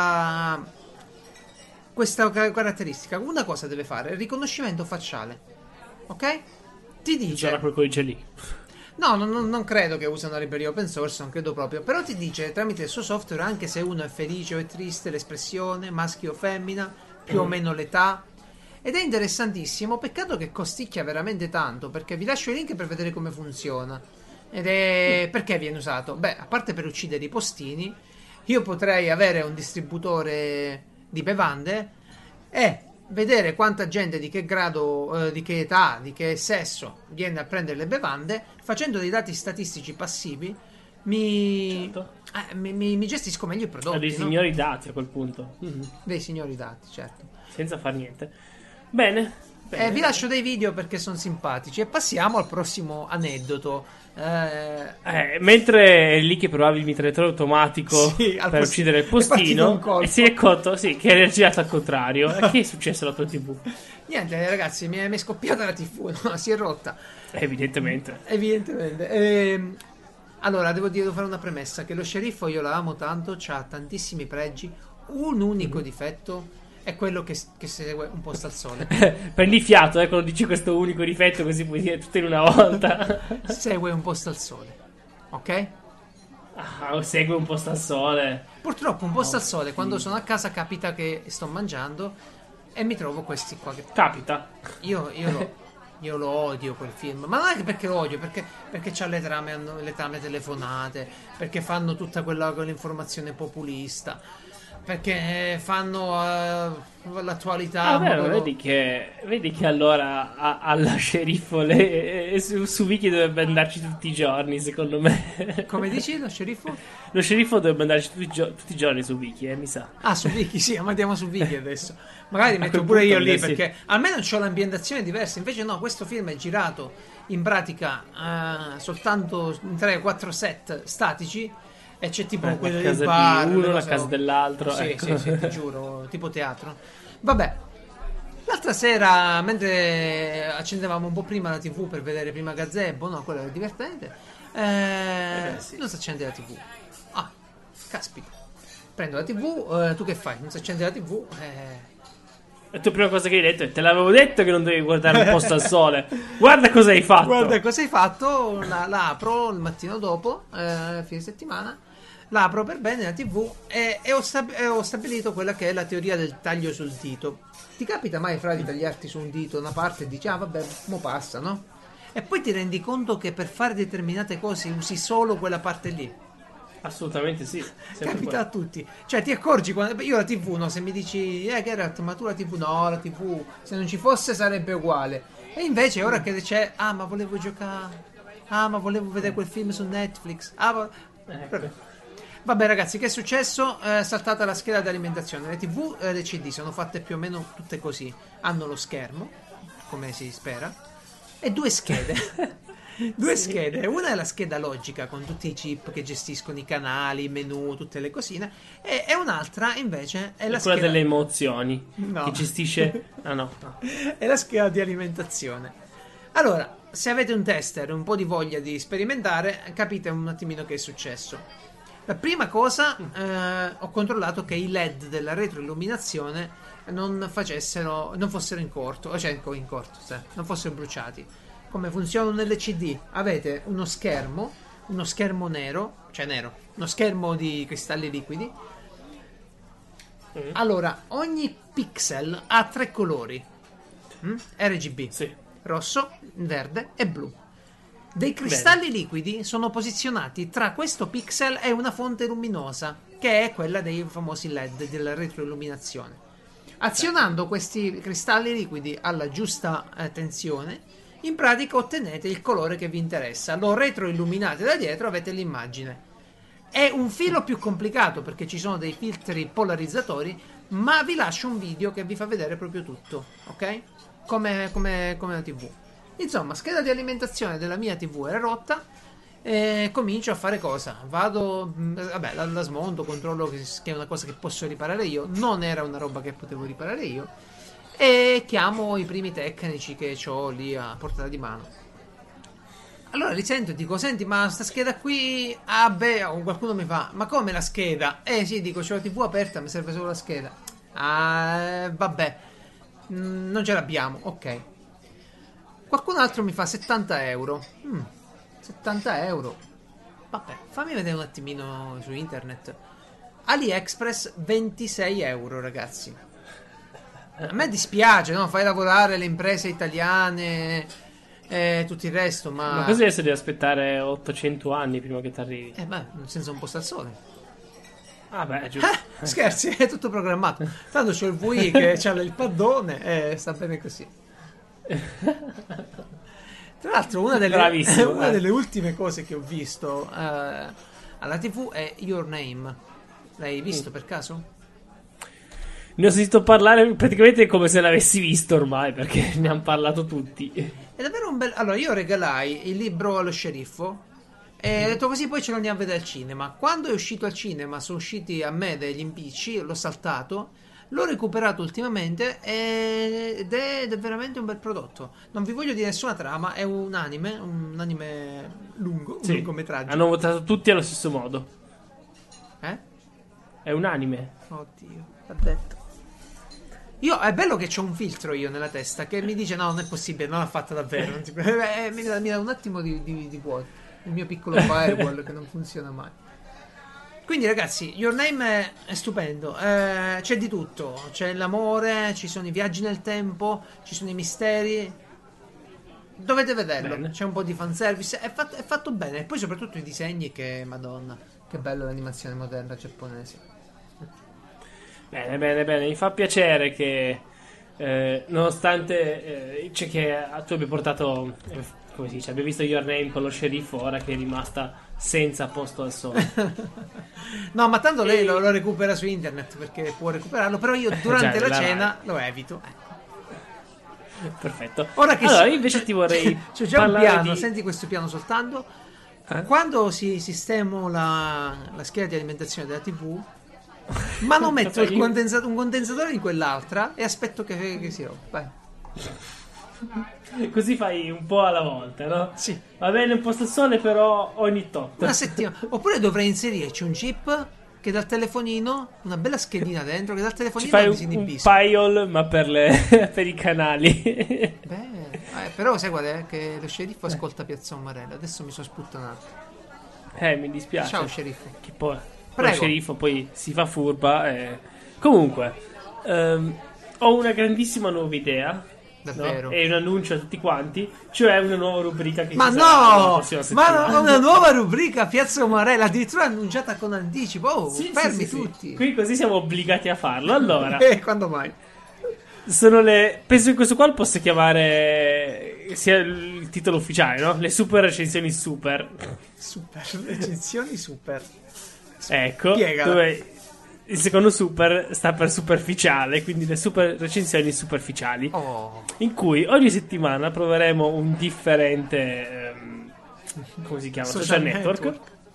caratteristica. Una cosa deve fare, il riconoscimento facciale. Ok? Ti dice... C'era quel codice lì. No, non credo che usi una libreria open source, non credo proprio. Però ti dice tramite il suo software anche se uno è felice o è triste, l'espressione, maschio o femmina, più o meno l'età. Ed è interessantissimo. Peccato che costicchia veramente tanto, perché vi lascio il link per vedere come funziona. Ed è perché viene usato? Beh, a parte per uccidere i postini, io potrei avere un distributore di bevande e vedere quanta gente di che grado, di che età, di che sesso viene a prendere le bevande, facendo dei dati statistici passivi, mi gestisco meglio i prodotti. Dei signori dati a quel punto. Dei signori dati, certo. Senza far niente. Bene, Vi lascio dei video perché sono simpatici. E passiamo al prossimo aneddoto. Mentre è lì che provavi il mitragliatore automatico per uccidere il postino, e si è accorto che era girato al contrario. Che è successo alla tua TV? Niente, ragazzi, mi è scoppiata la TV, no? Si è rotta. Evidentemente. Allora, devo fare una premessa: che lo sceriffo io la amo tanto, ha tantissimi pregi. Un unico difetto è quello che segue un posto al sole. Prendi fiato, quando dici questo unico difetto, così puoi dire tutto in una volta. Segue un posto al sole, ok? Segue un posto al sole. Purtroppo un posto al sole, quando sono a casa capita che sto mangiando e mi trovo questi qua che... Capita. Io lo odio quel film, ma non è che perché lo odio, perché c'ha le trame telefonate, perché fanno tutta quell'informazione populista, perché fanno l'attualità. Vedi che allora alla sceriffo su Wiki dovrebbe andarci tutti i giorni, secondo me. Come dici, lo sceriffo? Lo sceriffo dovrebbe andarci tutti i giorni su Wiki, mi sa. Su Wiki, sì, andiamo su Wiki adesso. Magari metto pure io lì, perché almeno c'ho l'ambientazione diversa. Invece no, questo film è girato in pratica soltanto in 3-4 set statici. E c'è tipo quello del bar, di uno, la casa dell'altro. Sì, ecco. sì, ti giuro, tipo teatro. Vabbè, l'altra sera, mentre accendevamo un po' prima la TV per vedere prima Gazebo, no, quello era divertente, non si accende la TV. Caspita. Prendo la TV, tu che fai? Non si accende la TV? E tu prima cosa che hai detto è: te l'avevo detto che non devi guardare un posto al sole. Guarda cosa hai fatto. Guarda cosa hai fatto. La apro il mattino dopo, fine settimana. La apro per bene la TV e ho stabilito quella che è la teoria del taglio sul dito. Ti capita mai, Fra, di tagliarti su un dito una parte e dici vabbè, mo passa, no? E poi ti rendi conto che per fare determinate cose usi solo quella parte lì. Assolutamente sì. Capita a tutti. Cioè ti accorgi quando io la TV, no, se mi dici che era, ma tu la TV, no, la TV se non ci fosse sarebbe uguale. E invece ora che c'è, ma volevo giocare, ma volevo vedere quel film su Netflix. Vabbè ragazzi, che è successo? Saltata la scheda di alimentazione. Le TV e le CD sono fatte più o meno tutte così. Hanno lo schermo, come si spera, e due schede. Due schede, una è la scheda logica con tutti i chip che gestiscono i canali, i menu, tutte le cosine, e un'altra invece è quella delle emozioni, no, che gestisce no. È la scheda di alimentazione. Allora, se avete un tester, un po' di voglia di sperimentare, capite un attimino che è successo. La prima cosa, ho controllato che i LED della retroilluminazione non fossero in corto, non fossero bruciati. Come funziona un LCD? Avete uno schermo nero, uno schermo di cristalli liquidi. Allora, ogni pixel ha 3 colori. RGB, sì. Rosso, verde e blu. Dei cristalli liquidi sono posizionati tra questo pixel e una fonte luminosa, che è quella dei famosi LED della retroilluminazione. Azionando questi cristalli liquidi alla giusta tensione, in pratica ottenete il colore che vi interessa. Lo retroilluminate da dietro, avete l'immagine. È un filo più complicato perché ci sono dei filtri polarizzatori, ma vi lascio un video che vi fa vedere proprio tutto, ok? Come la TV. Insomma, scheda di alimentazione della mia TV era rotta e comincio a fare cosa? La smonto, controllo che è una cosa che posso riparare io. Non era una roba che potevo riparare io. E chiamo i primi tecnici che ho lì a portata di mano. Allora li sento e dico: senti, ma sta scheda qui, qualcuno mi fa: ma come la scheda? Sì, dico, c'ho la TV aperta, mi serve solo la scheda. Vabbè, non ce l'abbiamo, ok. Qualcun altro mi fa 70 euro. 70 euro. Vabbè, fammi vedere un attimino su internet. AliExpress 26 euro, ragazzi. A me dispiace, no? Fai lavorare le imprese italiane e tutto il resto, ma così adesso devi aspettare 800 anni prima che ti arrivi. senza un posto al sole. Giusto. Scherzi, è tutto programmato. Tanto c'ho il VI che c'ha il paddone e sta bene così. Tra l'altro una delle ultime cose che ho visto alla TV è Your Name. L'hai visto per caso? Ne ho sentito parlare praticamente come se l'avessi visto ormai, perché ne hanno parlato tutti. È davvero un bel... Allora, io regalai il libro allo sceriffo e ho detto così poi ce lo andiamo a vedere al cinema. Quando è uscito al cinema, sono usciti a me degli impicci, l'ho saltato, l'ho recuperato ultimamente ed è veramente un bel prodotto. Non vi voglio dire nessuna trama, è un anime lungo, un Sì, lungometraggio. hanno votato tutti allo stesso modo. Eh? È un anime. Oddio, ha detto. Io, è bello che c'ho un filtro io nella testa che mi dice no, non è possibile, non l'ha fatta davvero. Non mi dà un attimo di vuoto. Il mio piccolo firewall che non funziona mai. Quindi ragazzi, Your Name è stupendo, c'è di tutto, c'è l'amore, ci sono i viaggi nel tempo, ci sono i misteri, dovete vederlo, Bene. c'è un po' di fanservice, è fatto bene, e poi soprattutto i disegni che, madonna, che bello l'animazione moderna giapponese. Bene, bene, bene. Mi fa piacere che, nonostante cioè che tu abbia portato, come si dice, abbia visto Your Name con lo sceriffo, ora che è rimasta senza posto al sole. No, ma tanto lei lo recupera su internet perché può recuperarlo, però io durante Già, la la cena lo evito. Perfetto. Ora che allora, io invece ti vorrei c'è già un parlare piano, di... senti questo piano soltanto. Quando si sistemo la scheda di alimentazione della TV, manometto un condensatore in quell'altra e aspetto che si rompa. Così fai un po' alla volta, no? Sì. Va bene un posto al sole, però ogni tot. Una settimana. Oppure dovrei inserirci un chip che dal telefonino, una bella schedina dentro, che dal Ci telefonino fai non si un inibisca. pile, ma per, per i canali. Beh, però sai qual è? Che lo sceriffo ascolta Piazza Umarella. Adesso mi sono sputtanato. Mi dispiace. Ciao sceriffo. Che poi Prego. lo sceriffo poi si fa furba. Comunque, ho una grandissima nuova idea. Davvero? No? E un annuncio a tutti quanti, cioè una nuova rubrica che Ma ci sarà la no! prossima Ma settimana. no, una nuova rubrica Piazza Umarella, addirittura annunciata con anticipo. Oh, Sì, fermi sì. tutti. Qui così siamo obbligati a farlo. Allora, Quando mai? sono le. Penso che questo qua lo possa chiamare sia il titolo ufficiale, no? Le super recensioni super. Super, recensioni super. Ecco, Spiegala. dove il secondo super sta per superficiale, quindi le super recensioni superficiali. Oh. In cui ogni settimana proveremo un differente come si chiama? Social network.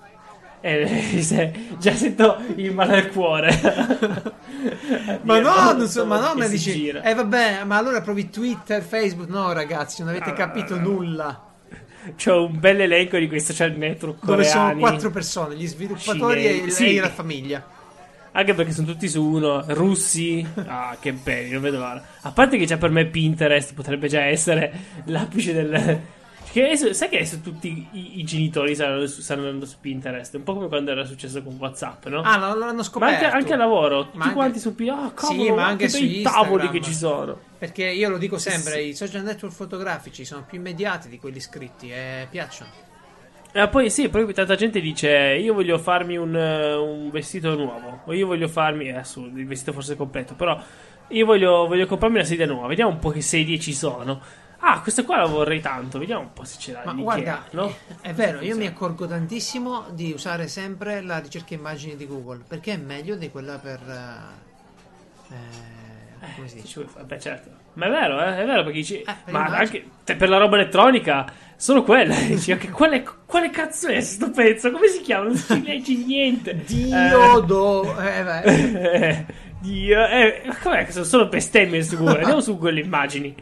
Già sento il male al cuore. Ma no, non so, ma no, che mi si dici. gira. Vabbè, ma allora provi Twitter, Facebook. No, ragazzi, non avete capito nulla. C'ho un bel elenco di quei social network Dove sono coreani, 4 persone, gli sviluppatori cinesi. e la famiglia. anche perché sono tutti su uno. Russi. Ah, che belli, non vedo l'ora. A parte che già per me Pinterest potrebbe già essere l'apice del. Che adesso, sai che adesso tutti i genitori stanno andando su Pinterest? Un po' come quando era successo con WhatsApp, no? Ah, no, l'hanno Ma scoperto. anche a lavoro, tutti anche- quanti su Pinterest. Ah, cavolo, Sì, ma guarda anche che su bei Instagram. tavoli che ci sono. Perché io lo dico sempre, Sì. i social network fotografici sono più immediati di quelli scritti e piacciono. Poi sì, poi tanta gente dice io voglio farmi un vestito nuovo, o io voglio farmi, adesso il vestito forse è completo, però io voglio comprarmi una sedia nuova, vediamo un po' che sedie ci sono. Ah, questa qua la vorrei tanto, vediamo un po' se ce l'ha Ma l'Ikea, guarda, no? è vero, io mi accorgo tantissimo di usare sempre la ricerca immagini di Google, perché è meglio di quella per... come si dice? Vabbè, certo. Ma è vero perché dici, per ma immagini. anche per la roba elettronica, solo quella. Dici, ok, quale cazzo è sto pezzo? Come si chiama? Non si legge niente. Dio, com'è che sono solo bestemmie su Google? Andiamo su quelle immagini.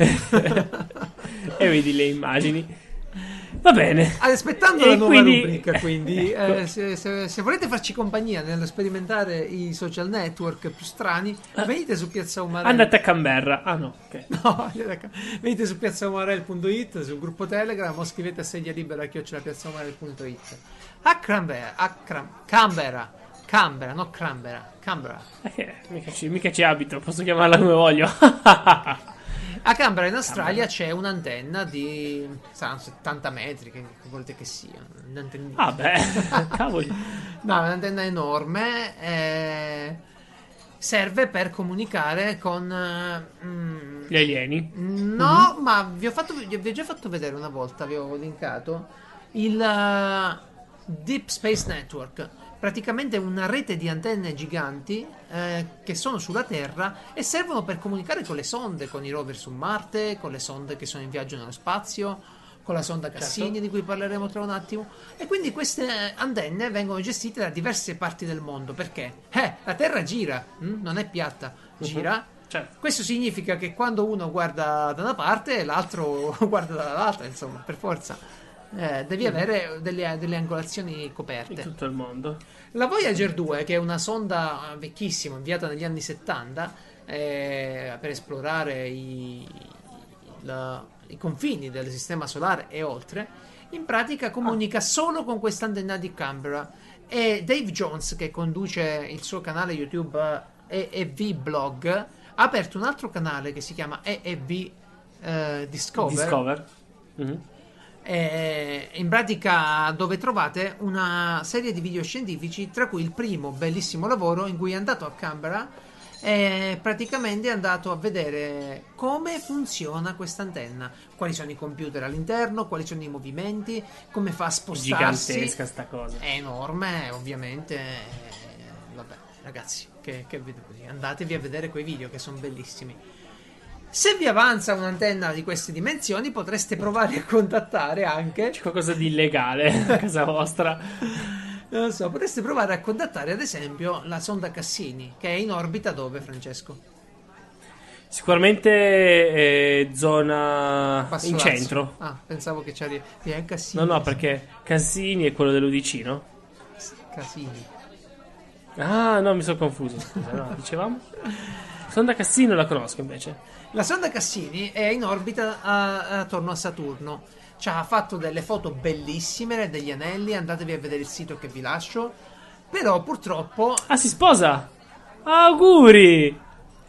E vedi le immagini. Va bene. Aspettando E la nuova quindi- rubrica, quindi, Ecco. se volete farci compagnia nello sperimentare i social network più strani, venite su Piazza Umarell. Andate a Canberra. Ah no, ok. No, venite su piazzaumarell.it, sul gruppo Telegram o scrivete a sedia libera @piazzaumarell.it. A Canberra, no Canberra. Mica ci abito, posso chiamarla come voglio. A Canberra in Australia c'è un'antenna di saranno 70 metri, che volete che sia. Un'antenna. Ah beh, cavoli. No, è un'antenna enorme. Serve per comunicare con. Gli alieni. No, ma vi ho già fatto vedere una volta, vi ho linkato Deep Space Network, praticamente una rete di antenne giganti che sono sulla Terra e servono per comunicare con le sonde, con i rover su Marte, con le sonde che sono in viaggio nello spazio, con la sonda Cassini, Certo. di cui parleremo tra un attimo. E quindi queste antenne vengono gestite da diverse parti del mondo, perché la Terra gira, non è piatta, gira. Certo. Questo significa che quando uno guarda da una parte, l'altro guarda dall'altra, insomma, per forza. Devi avere delle angolazioni In coperte. tutto il mondo. La Voyager 2, che è una sonda vecchissima, inviata negli anni 70 per esplorare i confini del sistema solare e oltre, in pratica comunica solo con questa antenna di Canberra. E Dave Jones, che conduce il suo canale YouTube EEV Blog, ha aperto un altro canale che si chiama EEV Discover. Mhm. In pratica dove trovate una serie di video scientifici, tra cui il primo bellissimo lavoro in cui è andato a Canberra e praticamente è andato a vedere come funziona questa antenna, quali sono i computer all'interno, quali sono i movimenti, come fa a spostarsi. Gigantesca sta cosa. È enorme, ovviamente. Vabbè, ragazzi, che andatevi a vedere quei video che sono bellissimi. Se vi avanza un'antenna di queste dimensioni, potreste provare a contattare anche. C'è qualcosa di illegale a casa vostra. Non lo so, potreste provare a contattare ad esempio la sonda Cassini, che è in orbita dove, Francesco? Sicuramente zona Basso in Lazio. centro. Ah, pensavo che c'era Cassini. No, perché Casini è quello dell'UDC, no? Cassini. Ah, no, mi sono confuso. Scusa, no, dicevamo? Sonda Cassini non la conosco invece. La sonda Cassini è in orbita attorno a Saturno. Ci ha fatto delle foto bellissime degli anelli. Andatevi a vedere il sito che vi lascio. Però purtroppo Ah, si sposa! Auguri!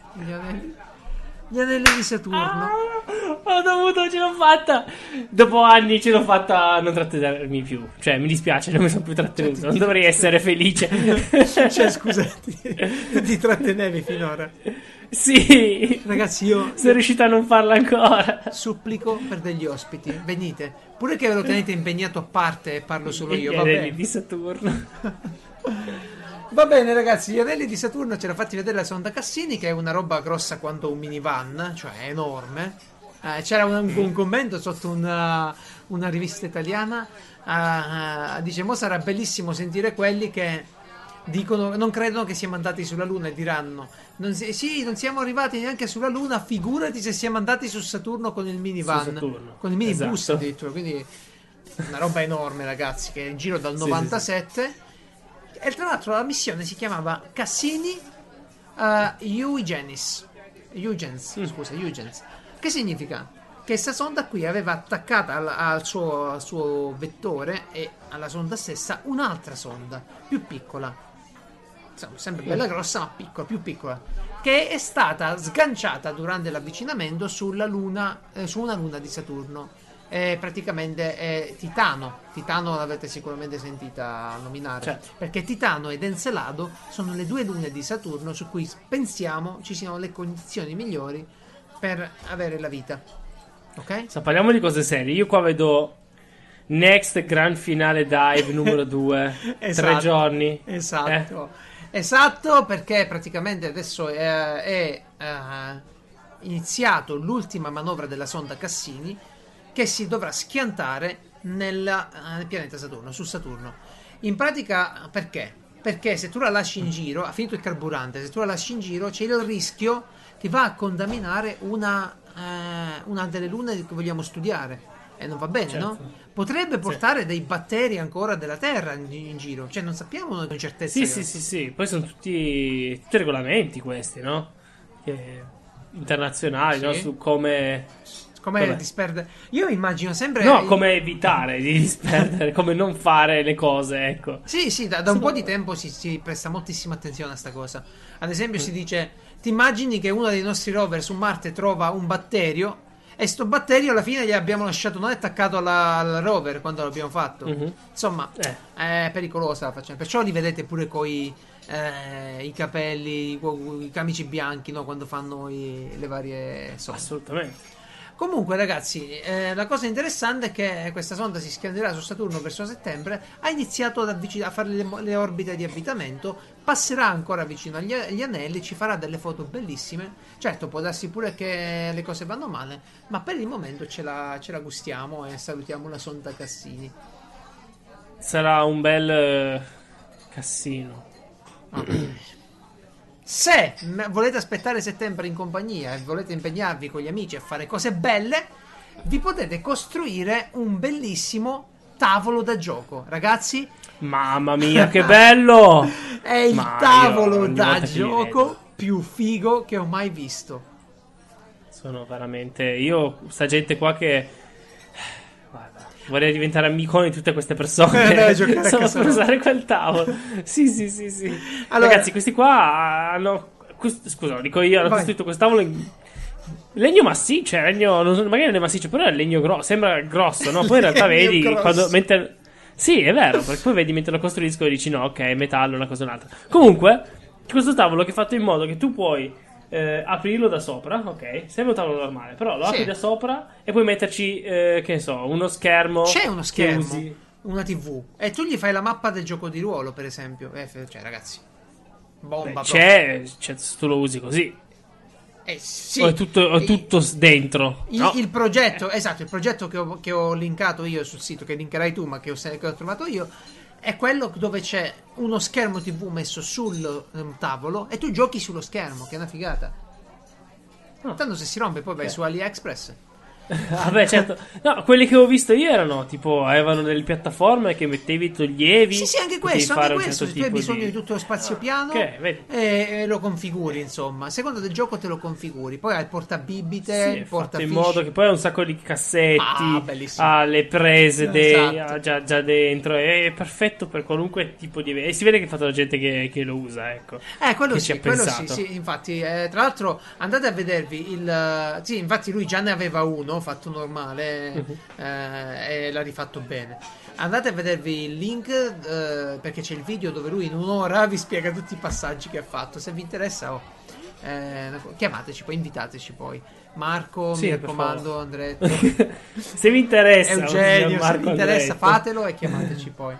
gli anelli di Saturno. Ce l'ho fatta! Dopo anni ce l'ho fatta a non trattenermi più. Cioè, mi dispiace, non mi sono più trattenuto. Non dovrei essere felice. Cioè, scusati, ti trattenevi finora. Sì! Ragazzi, io sono riuscito a non farla ancora. supplico per degli ospiti. Venite. Pure che ve lo tenete impegnato a parte e parlo solo io. Gli Va anelli bene. di Saturno. Va bene, ragazzi, gli anelli di Saturno ce l'ha fatti vedere la sonda Cassini, che è una roba grossa quanto un minivan, cioè è enorme. C'era un commento sotto una rivista italiana. Dice: Mo sarà bellissimo sentire quelli che dicono, non credono che siamo andati sulla Luna e diranno: non siamo arrivati neanche sulla Luna, figurati se siamo andati su Saturno con il minivan, con il minibus, esatto. addirittura. Quindi una roba enorme, ragazzi, che è in giro dal 97. Sì. E tra l'altro la missione si chiamava Cassini Huygens. Che significa? Che questa sonda qui aveva attaccata al suo vettore e alla sonda stessa un'altra sonda più piccola, insomma, sempre bella grossa ma piccola, più piccola, che è stata sganciata durante l'avvicinamento sulla Luna, su una luna di Saturno. Praticamente è Titano. Titano l'avete sicuramente sentita nominare, certo. Perché Titano ed Encelado sono le due lune di Saturno su cui pensiamo ci siano le condizioni migliori per avere la vita. Ok? Parliamo di cose serie. Io qua vedo Next Grand Finale Dive numero 2. Esatto, 3 giorni. Esatto, perché praticamente adesso è iniziato l'ultima manovra della sonda Cassini, che si dovrà schiantare nel pianeta Saturno, su Saturno. In pratica, perché? Perché se tu la lasci in giro, ha finito il carburante, se tu la lasci in giro c'è il rischio che va a contaminare una delle lune che vogliamo studiare. E non va bene, certo. No? Potrebbe portare dei batteri ancora della Terra in giro. Cioè non sappiamo noi con certezza. Sì. Poi sono tutti regolamenti questi, no? Internazionali, no? Su come disperdere. Io immagino sempre. No, come evitare di disperdere, come non fare le cose, ecco. Sì, da un po' di tempo si presta moltissima attenzione a sta cosa. Ad esempio, si dice: ti immagini che uno dei nostri rover su Marte trova un batterio, e sto batterio alla fine gli abbiamo lasciato noi attaccato al rover quando l'abbiamo fatto. Insomma, è pericolosa la faccenda. Perciò li vedete pure coi i capelli, i camici bianchi, no? Quando fanno le varie sonde. Assolutamente. Comunque, ragazzi, la cosa interessante è che questa sonda si schianterà su Saturno verso settembre. Ha iniziato a fare le orbite di avvitamento. Passerà ancora vicino agli anelli. Ci farà delle foto bellissime. Certo, può darsi pure che le cose vanno male. Ma per il momento ce la gustiamo e salutiamo la sonda Cassini. Sarà un bel Cassino. Se volete aspettare settembre in compagnia e volete impegnarvi con gli amici a fare cose belle, vi potete costruire un bellissimo tavolo da gioco. Ragazzi, mamma mia, che bello! È il tavolo da gioco più figo che ho mai visto. Sono veramente... Io, sta gente qua che... Guarda, vorrei diventare amico di tutte queste persone. Solo per usare quel tavolo. Sì. Allora, ragazzi, questi qua hanno... Scusa, dico io, hanno costruito questo tavolo in... legno massiccio, legno... magari non è massiccio, però è legno grosso. Sembra grosso, no? Poi in realtà vedi... mentre... Sì, è vero, perché poi vedi mentre lo costruisco e dici no, ok, è metallo, una cosa o un'altra. Comunque, questo tavolo che è fatto in modo che tu puoi aprirlo da sopra, ok? Sembra un tavolo normale, però lo apri da sopra e puoi metterci, che ne so, uno schermo. C'è uno schermo, una TV, e tu gli fai la mappa del gioco di ruolo, per esempio. Cioè, ragazzi, bomba. C'è, tu lo usi così. Sì. O è tutto dentro. Il progetto, esatto, il progetto che ho linkato io sul sito, che linkerai tu, ma che ho trovato io, è quello dove c'è uno schermo TV messo sul tavolo e tu giochi sullo schermo, che è una figata. Tanto se si rompe poi vai su AliExpress. Vabbè, certo. No, quelli che ho visto io erano tipo, avevano delle piattaforme che mettevi, toglievi. Sì, anche questo. Se tu hai bisogno di tutto lo spazio piano, e lo configuri, insomma. A seconda del gioco te lo configuri. Poi hai il portabibite, il portafish, in modo che poi ha un sacco di cassetti, ha le prese già dentro. È perfetto per qualunque tipo di... E si vede che è fatto da gente che lo usa, ecco. Quello sì, infatti. Tra l'altro andate a vedervi il... Sì, infatti lui già ne aveva uno fatto normale, e l'ha rifatto bene. Andate a vedervi il link, perché c'è il video dove lui in un'ora vi spiega tutti i passaggi che ha fatto. Se vi interessa, chiamateci, poi invitateci poi. Marco, mi raccomando, Andretto. Se vi interessa, Eugenio, se vi interessa, fatelo e chiamateci poi.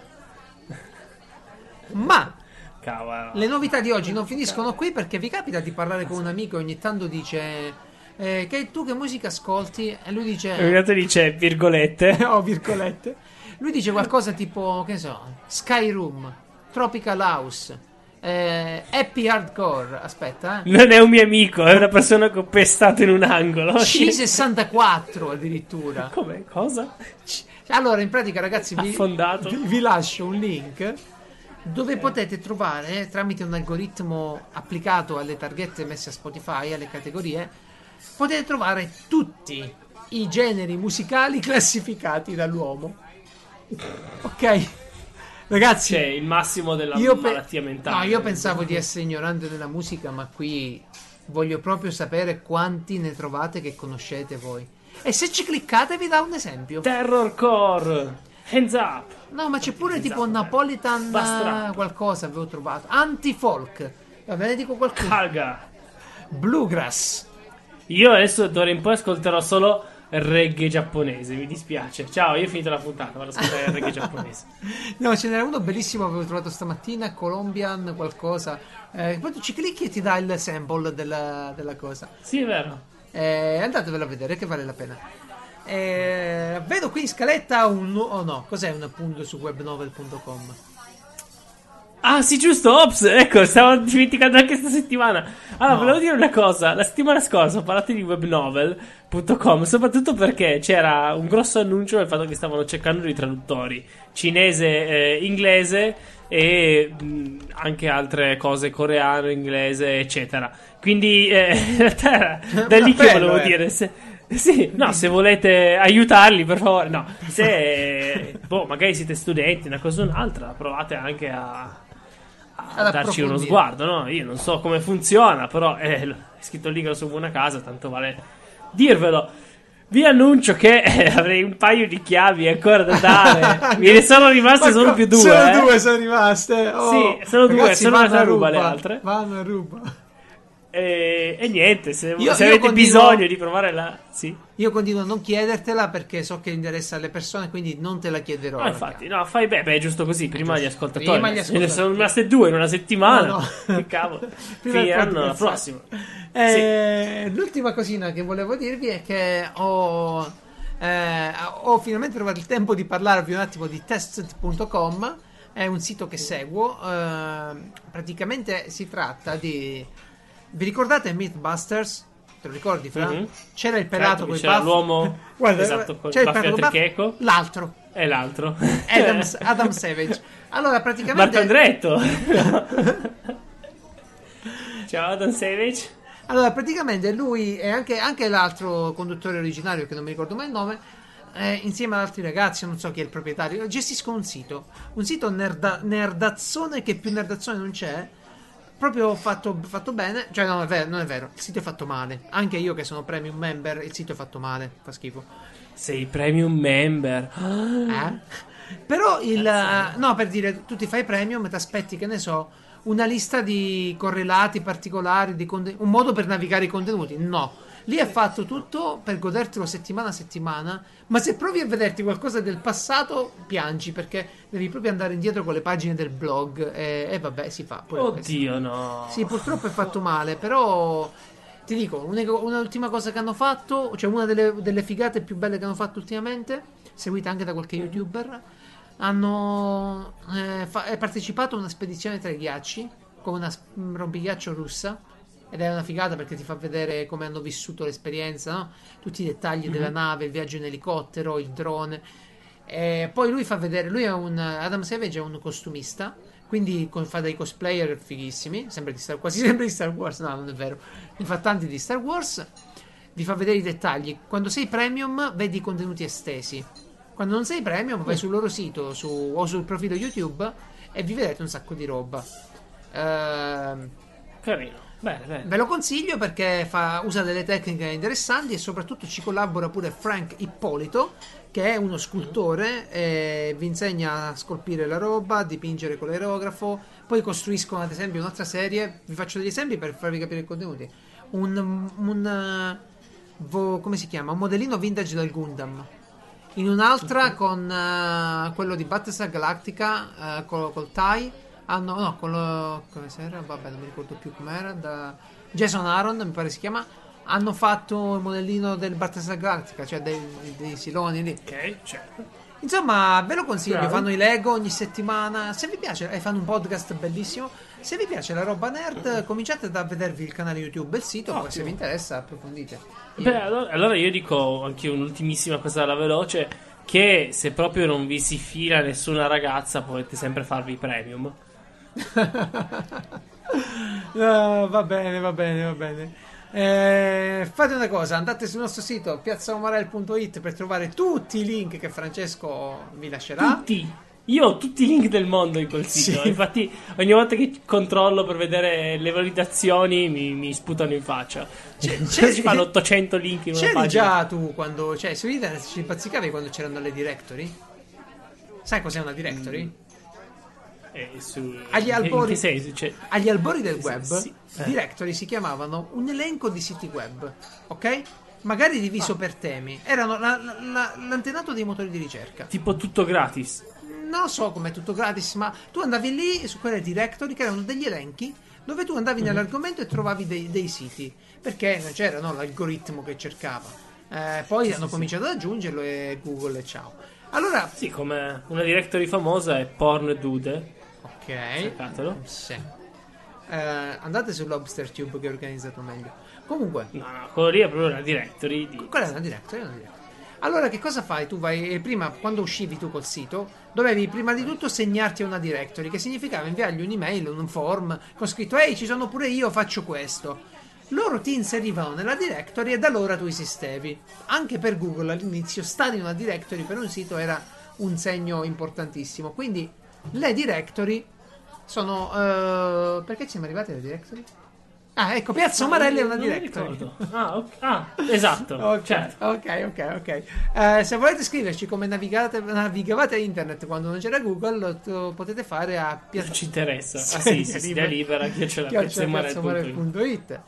Ma le novità di oggi non finiscono qui, perché vi capita di parlare con un amico e ogni tanto dice... che tu che musica ascolti? E lui dice... virgolette. virgolette. Lui dice qualcosa tipo, che ne so, Skyroom, Tropical House, Happy Hardcore. Aspetta, non è un mio amico, è una persona che ho pestato in un angolo. C64 addirittura. Come? Cosa? Allora, in pratica, ragazzi, vi lascio un link dove potete trovare, tramite un algoritmo applicato alle targhette messe a Spotify, alle categorie, potete trovare tutti i generi musicali classificati dall'uomo. Ok, ragazzi, c'è il massimo della malattia mentale. No, io pensavo di essere ignorante della musica, ma qui voglio proprio sapere quanti ne trovate che conoscete voi. E se ci cliccate vi dà un esempio. Terrorcore, Hands Up. No, ma c'è pure tipo Napolitan qualcosa avevo trovato. Anti-folk. Va bene, dico qualcosa. Calga. Bluegrass. Io adesso d'ora in poi ascolterò solo reggae giapponese, mi dispiace. Ciao, io ho finito la puntata, vado ad ascoltare il reggae giapponese. No, ce n'era uno bellissimo, avevo trovato stamattina, Colombian qualcosa. Poi tu ci clicchi e ti dà il sample della cosa. Sì, è vero. Andatevelo a vedere, che vale la pena. Vedo qui in scaletta cos'è un appunto su webnovel.com? Ah sì, giusto, ops, ecco, stavo dimenticando anche questa settimana. Allora, volevo dire una cosa. La settimana scorsa ho parlato di webnovel.com, soprattutto perché c'era un grosso annuncio del fatto che stavano cercando dei traduttori cinese, inglese e anche altre cose, coreano, inglese, eccetera. Quindi in realtà era da lì che volevo dire, sì, no, se volete aiutarli, per favore, no, se magari siete studenti, una cosa o un'altra, provate anche a darci uno sguardo, no? Io non so come funziona, però è scritto lì che lo so buona casa, tanto vale dirvelo. Vi annuncio che avrei un paio di chiavi ancora da dare. Me ne sono rimaste solo più due. Solo due sono rimaste. Sì, sono due, sono una ruba le altre. Vanno a ruba. E niente, se Io avete continuo- bisogno di provare la... Sì. Io continuo a non chiedertela perché so che interessa alle persone, quindi non te la chiederò. No, infatti, no, fai beh, è giusto così, prima gli ascoltatori. Prima gli Ne ascoltatori. sono rimaste 2 in una settimana. No, no. Che cavolo. Prima il Finiranno la podcast. prossima. L'ultima cosina che volevo dirvi è che ho finalmente trovato il tempo di parlarvi un attimo di tested.com. È un sito che seguo. Praticamente si tratta di... Vi ricordate Mythbusters? Te lo ricordi, Fra? Mhm. C'era il pelato Certo, con i c'era baffi. l'uomo Guarda, esatto, con c'era il baffi a pelato con i tricheco. baffi. L'altro. E l'altro. Adam Savage. Allora, praticamente... Marco Andretto. Ciao Adam Savage. Allora, praticamente lui e anche l'altro conduttore originario, che non mi ricordo mai il nome, insieme ad altri ragazzi, non so chi è il proprietario, gestiscono un sito nerdazzone che più nerdazzone non c'è, proprio fatto bene, cioè no, non è vero, il sito è fatto male, anche io che sono premium member, il sito è fatto male, fa schifo. Sei premium member. Però no, per dire, tu ti fai premium, ti aspetti, che ne so, una lista di correlati particolari, un modo per navigare i contenuti. No, lì è fatto tutto per godertelo settimana a settimana, ma se provi a vederti qualcosa del passato, piangi, perché devi proprio andare indietro con le pagine del blog e vabbè, si fa. Pure questo. Oddio, no. Sì, purtroppo è fatto male, però ti dico, un'ultima cosa che hanno fatto, cioè una delle figate più belle che hanno fatto ultimamente, seguita anche da qualche youtuber, hanno partecipato a una spedizione tra i ghiacci con una rompighiaccio russa, ed è una figata perché ti fa vedere come hanno vissuto l'esperienza, no? Tutti i dettagli della nave, il viaggio in elicottero, il drone. E poi lui fa vedere, Adam Savage è un costumista, quindi fa dei cosplayer fighissimi, quasi sempre di Star Wars. No, non è vero, ne fa tanti di Star Wars, vi fa vedere i dettagli. Quando sei premium vedi i contenuti estesi, quando non sei premium vai sul loro sito o sul profilo YouTube e vi vedete un sacco di roba. Carino. Bene. Ve lo consiglio perché usa delle tecniche interessanti e soprattutto ci collabora pure Frank Ippolito, che è uno scultore e vi insegna a scolpire la roba, a dipingere con l'aerografo. Poi costruiscono ad esempio un'altra serie, vi faccio degli esempi per farvi capire i contenuti. Come si chiama? Un modellino vintage del Gundam. In un'altra con quello di Battlestar Galactica, col TIE. Come si era? Vabbè, non mi ricordo più com'era. Da Jason Aaron, mi pare si chiama. Hanno fatto il modellino del Battlestar Galactica, cioè dei siloni lì. Ok, certo. Insomma, ve lo consiglio. Bravo. Fanno i Lego ogni settimana. Se vi piace, fanno un podcast bellissimo. Se vi piace la roba nerd, cominciate a vedervi il canale YouTube e il sito. Poi, se vi interessa, approfondite. Beh, allora io dico anche un'ultimissima cosa alla veloce: che se proprio non vi si fila nessuna ragazza, potete sempre farvi premium. No, va bene. Fate una cosa, andate sul nostro sito piazzaomarel.it per trovare tutti i link che Francesco vi lascerà. Tutti. Io ho tutti i link del mondo in quel sito. Sì. Infatti, ogni volta che controllo per vedere le validazioni, mi sputano in faccia. Ci fanno 800 link in una C'eri pagina. già tu quando, cioè, su internet ci bazzicavi quando c'erano le directory? Sai cos'è una directory? Agli albori, in che senso? Cioè, agli albori del web, sì. directory si chiamavano un elenco di siti web, ok? Magari diviso per temi. Erano l'antenato dei motori di ricerca. tipo tutto gratis. Non so com'è tutto gratis, ma tu andavi lì su quelle directory che erano degli elenchi dove tu andavi nell'argomento e trovavi dei siti, perché non c'era l'algoritmo che cercava. Poi hanno cominciato ad aggiungerlo e Google e ciao. Allora, Sì, come una directory famosa è PornDude. ok, Cercatelo. sì. Andate su LobsterTube che è organizzato meglio. Comunque, No, quello lì è proprio una directory di... quella è una directory, Allora, che cosa fai? Tu vai prima, quando uscivi tu col sito, dovevi prima di tutto segnarti a una directory, che significava inviargli un'email, un form con scritto: ehi, ci sono pure io, faccio questo. Loro ti inserivano nella directory e da allora tu esistevi. Anche per Google all'inizio stare in una directory per un sito era un segno importantissimo. Quindi le directory sono... perché siamo arrivati alle directory? Ah, ecco, Piazza Omarelli è una Non mi directory. ricordo. Esatto. Ok, Certo. ok. Se volete scriverci come navigavate a internet quando non c'era Google, lo potete fare a Non ci interessa. Sì, Ah sì, idea libera, @piazzaomarelli.it. piazzaomarelli.it.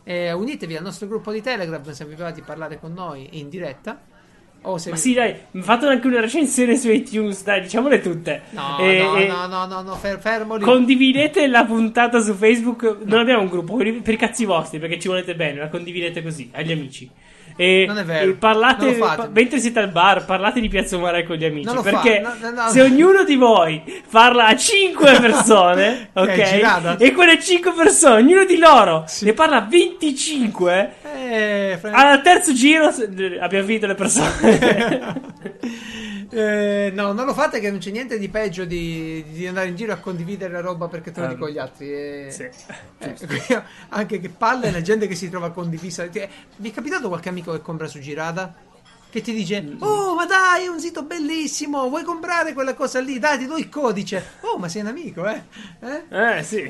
Unitevi al nostro gruppo di Telegram se vi va di parlare con noi in diretta. O se Ma sì, dai, fate anche una recensione su iTunes, dai, diciamole tutte. No, fermo lì. Condividete la puntata su Facebook. Non abbiamo un gruppo per i cazzi vostri, perché ci volete bene, la condividete così agli amici. Non è vero. Parlate, non lo fate. mentre siete al bar, parlate di Piazza Umarell con gli amici. Non lo Perché no. se ognuno di voi parla a 5 persone, ok? girata. E quelle 5 persone, ognuno di loro ne parla a 25. Al terzo giro abbiamo finito le persone. No, non lo fate, che non c'è niente di peggio di andare in giro a condividere la roba perché te lo dico agli altri. Sì. Anche che palle la gente che si trova condivisa. Vi è capitato qualche amico che compra su Girada? Che ti dice: oh, ma dai, è un sito bellissimo, vuoi comprare quella cosa lì? Dai, ti do il codice. Oh, ma sei un amico, Sì.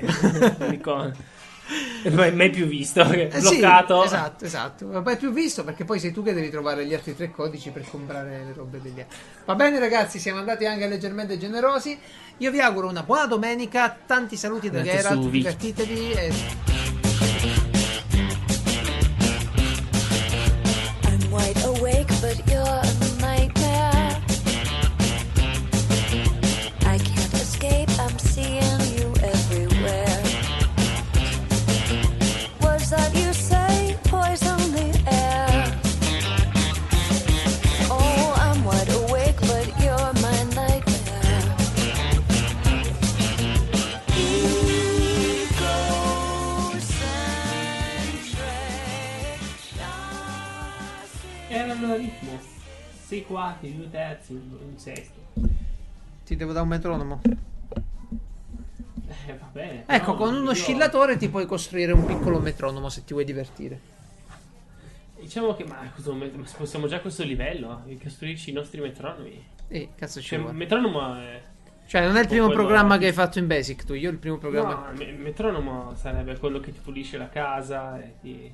Mai più visto, bloccato. Sì, esatto. Ma mai più visto, perché poi sei tu che devi trovare gli altri 3 codici per comprare le robe degli altri. Va bene, ragazzi, siamo andati anche leggermente generosi. Io vi auguro una buona domenica, tanti saluti da Geralt, divertitevi e... I'm wide awake, but you're a nightmare. I can't escape, I'm seeing you everywhere. Words that you say poison the air. Oh, I'm wide awake, but you're my nightmare. Erano a ritmo 6 quarti, 2 terzi, un sesto. Ti devo dare un metronomo. Va bene. Ecco, no, con un oscillatore ti puoi costruire un piccolo metronomo se ti vuoi divertire. Diciamo che, ma a questo momento possiamo già a questo livello costruirci i nostri metronomi. Cazzo ci Cioè, vuole. metronomo è... Cioè, non è il primo quello- programma che hai fatto in Basic tu. Io il primo programma... No, metronomo sarebbe quello che ti pulisce la casa e ti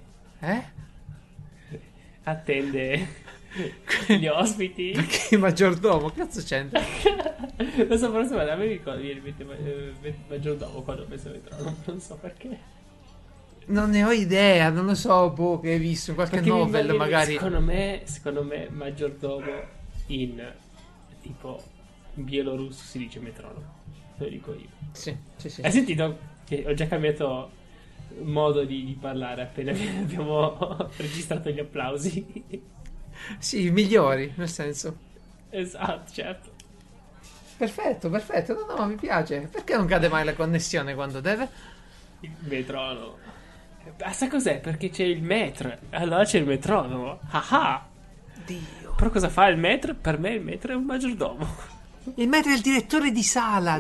attende gli ospiti. Che maggiordomo, cazzo c'entra? Lo so, forse a me mi ricordo maggiordomo quando penso a metronomo, non so perché. Non ne ho idea, non lo so, che hai visto, qualche Perché mi novel viene- magari. Secondo me maggiordomo in tipo in bielorusso si dice metronomo. Te lo dico io. Sì. Hai sentito che ho già cambiato modo di parlare appena abbiamo registrato gli applausi? Sì, migliori, nel senso. Esatto, certo. Perfetto. No, mi piace. Perché non cade mai la connessione quando deve? Il metronomo. Sai cos'è? Perché c'è il metro. Allora c'è il metronomo. Ah. Dio. Però cosa fa il metro? Per me il metro è un maggiordomo. Il metro è il direttore di sala.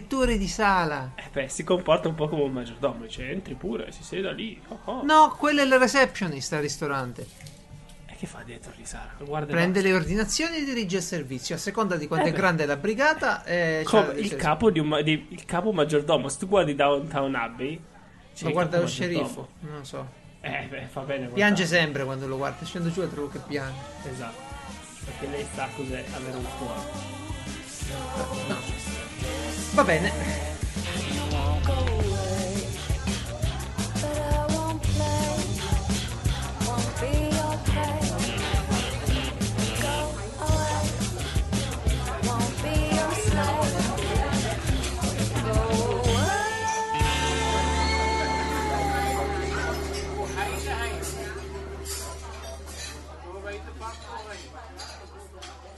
Si comporta un po' come un maggiordomo. Cioè, entri pure, si sieda lì. Oh. No, quello è il receptionist al ristorante. E che fa dietro di Sara? Guarda, Prende le ordinazioni e dirige il servizio. A seconda di quanto è beh. grande la brigata. come il capo il capo maggiordomo. Se tu guardi Downton Abbey, c'è Lo il guarda capo lo sceriffo. maggiordomo. Non lo so. Fa bene. Piange guardare. sempre quando lo guarda. Scendo giù e trovo che piange. Esatto. Perché lei sa cos'è avere un cuore. Va bene. Won't go away, but I won't play. Won't be your prey. Go away. Won't be your slave. Go away.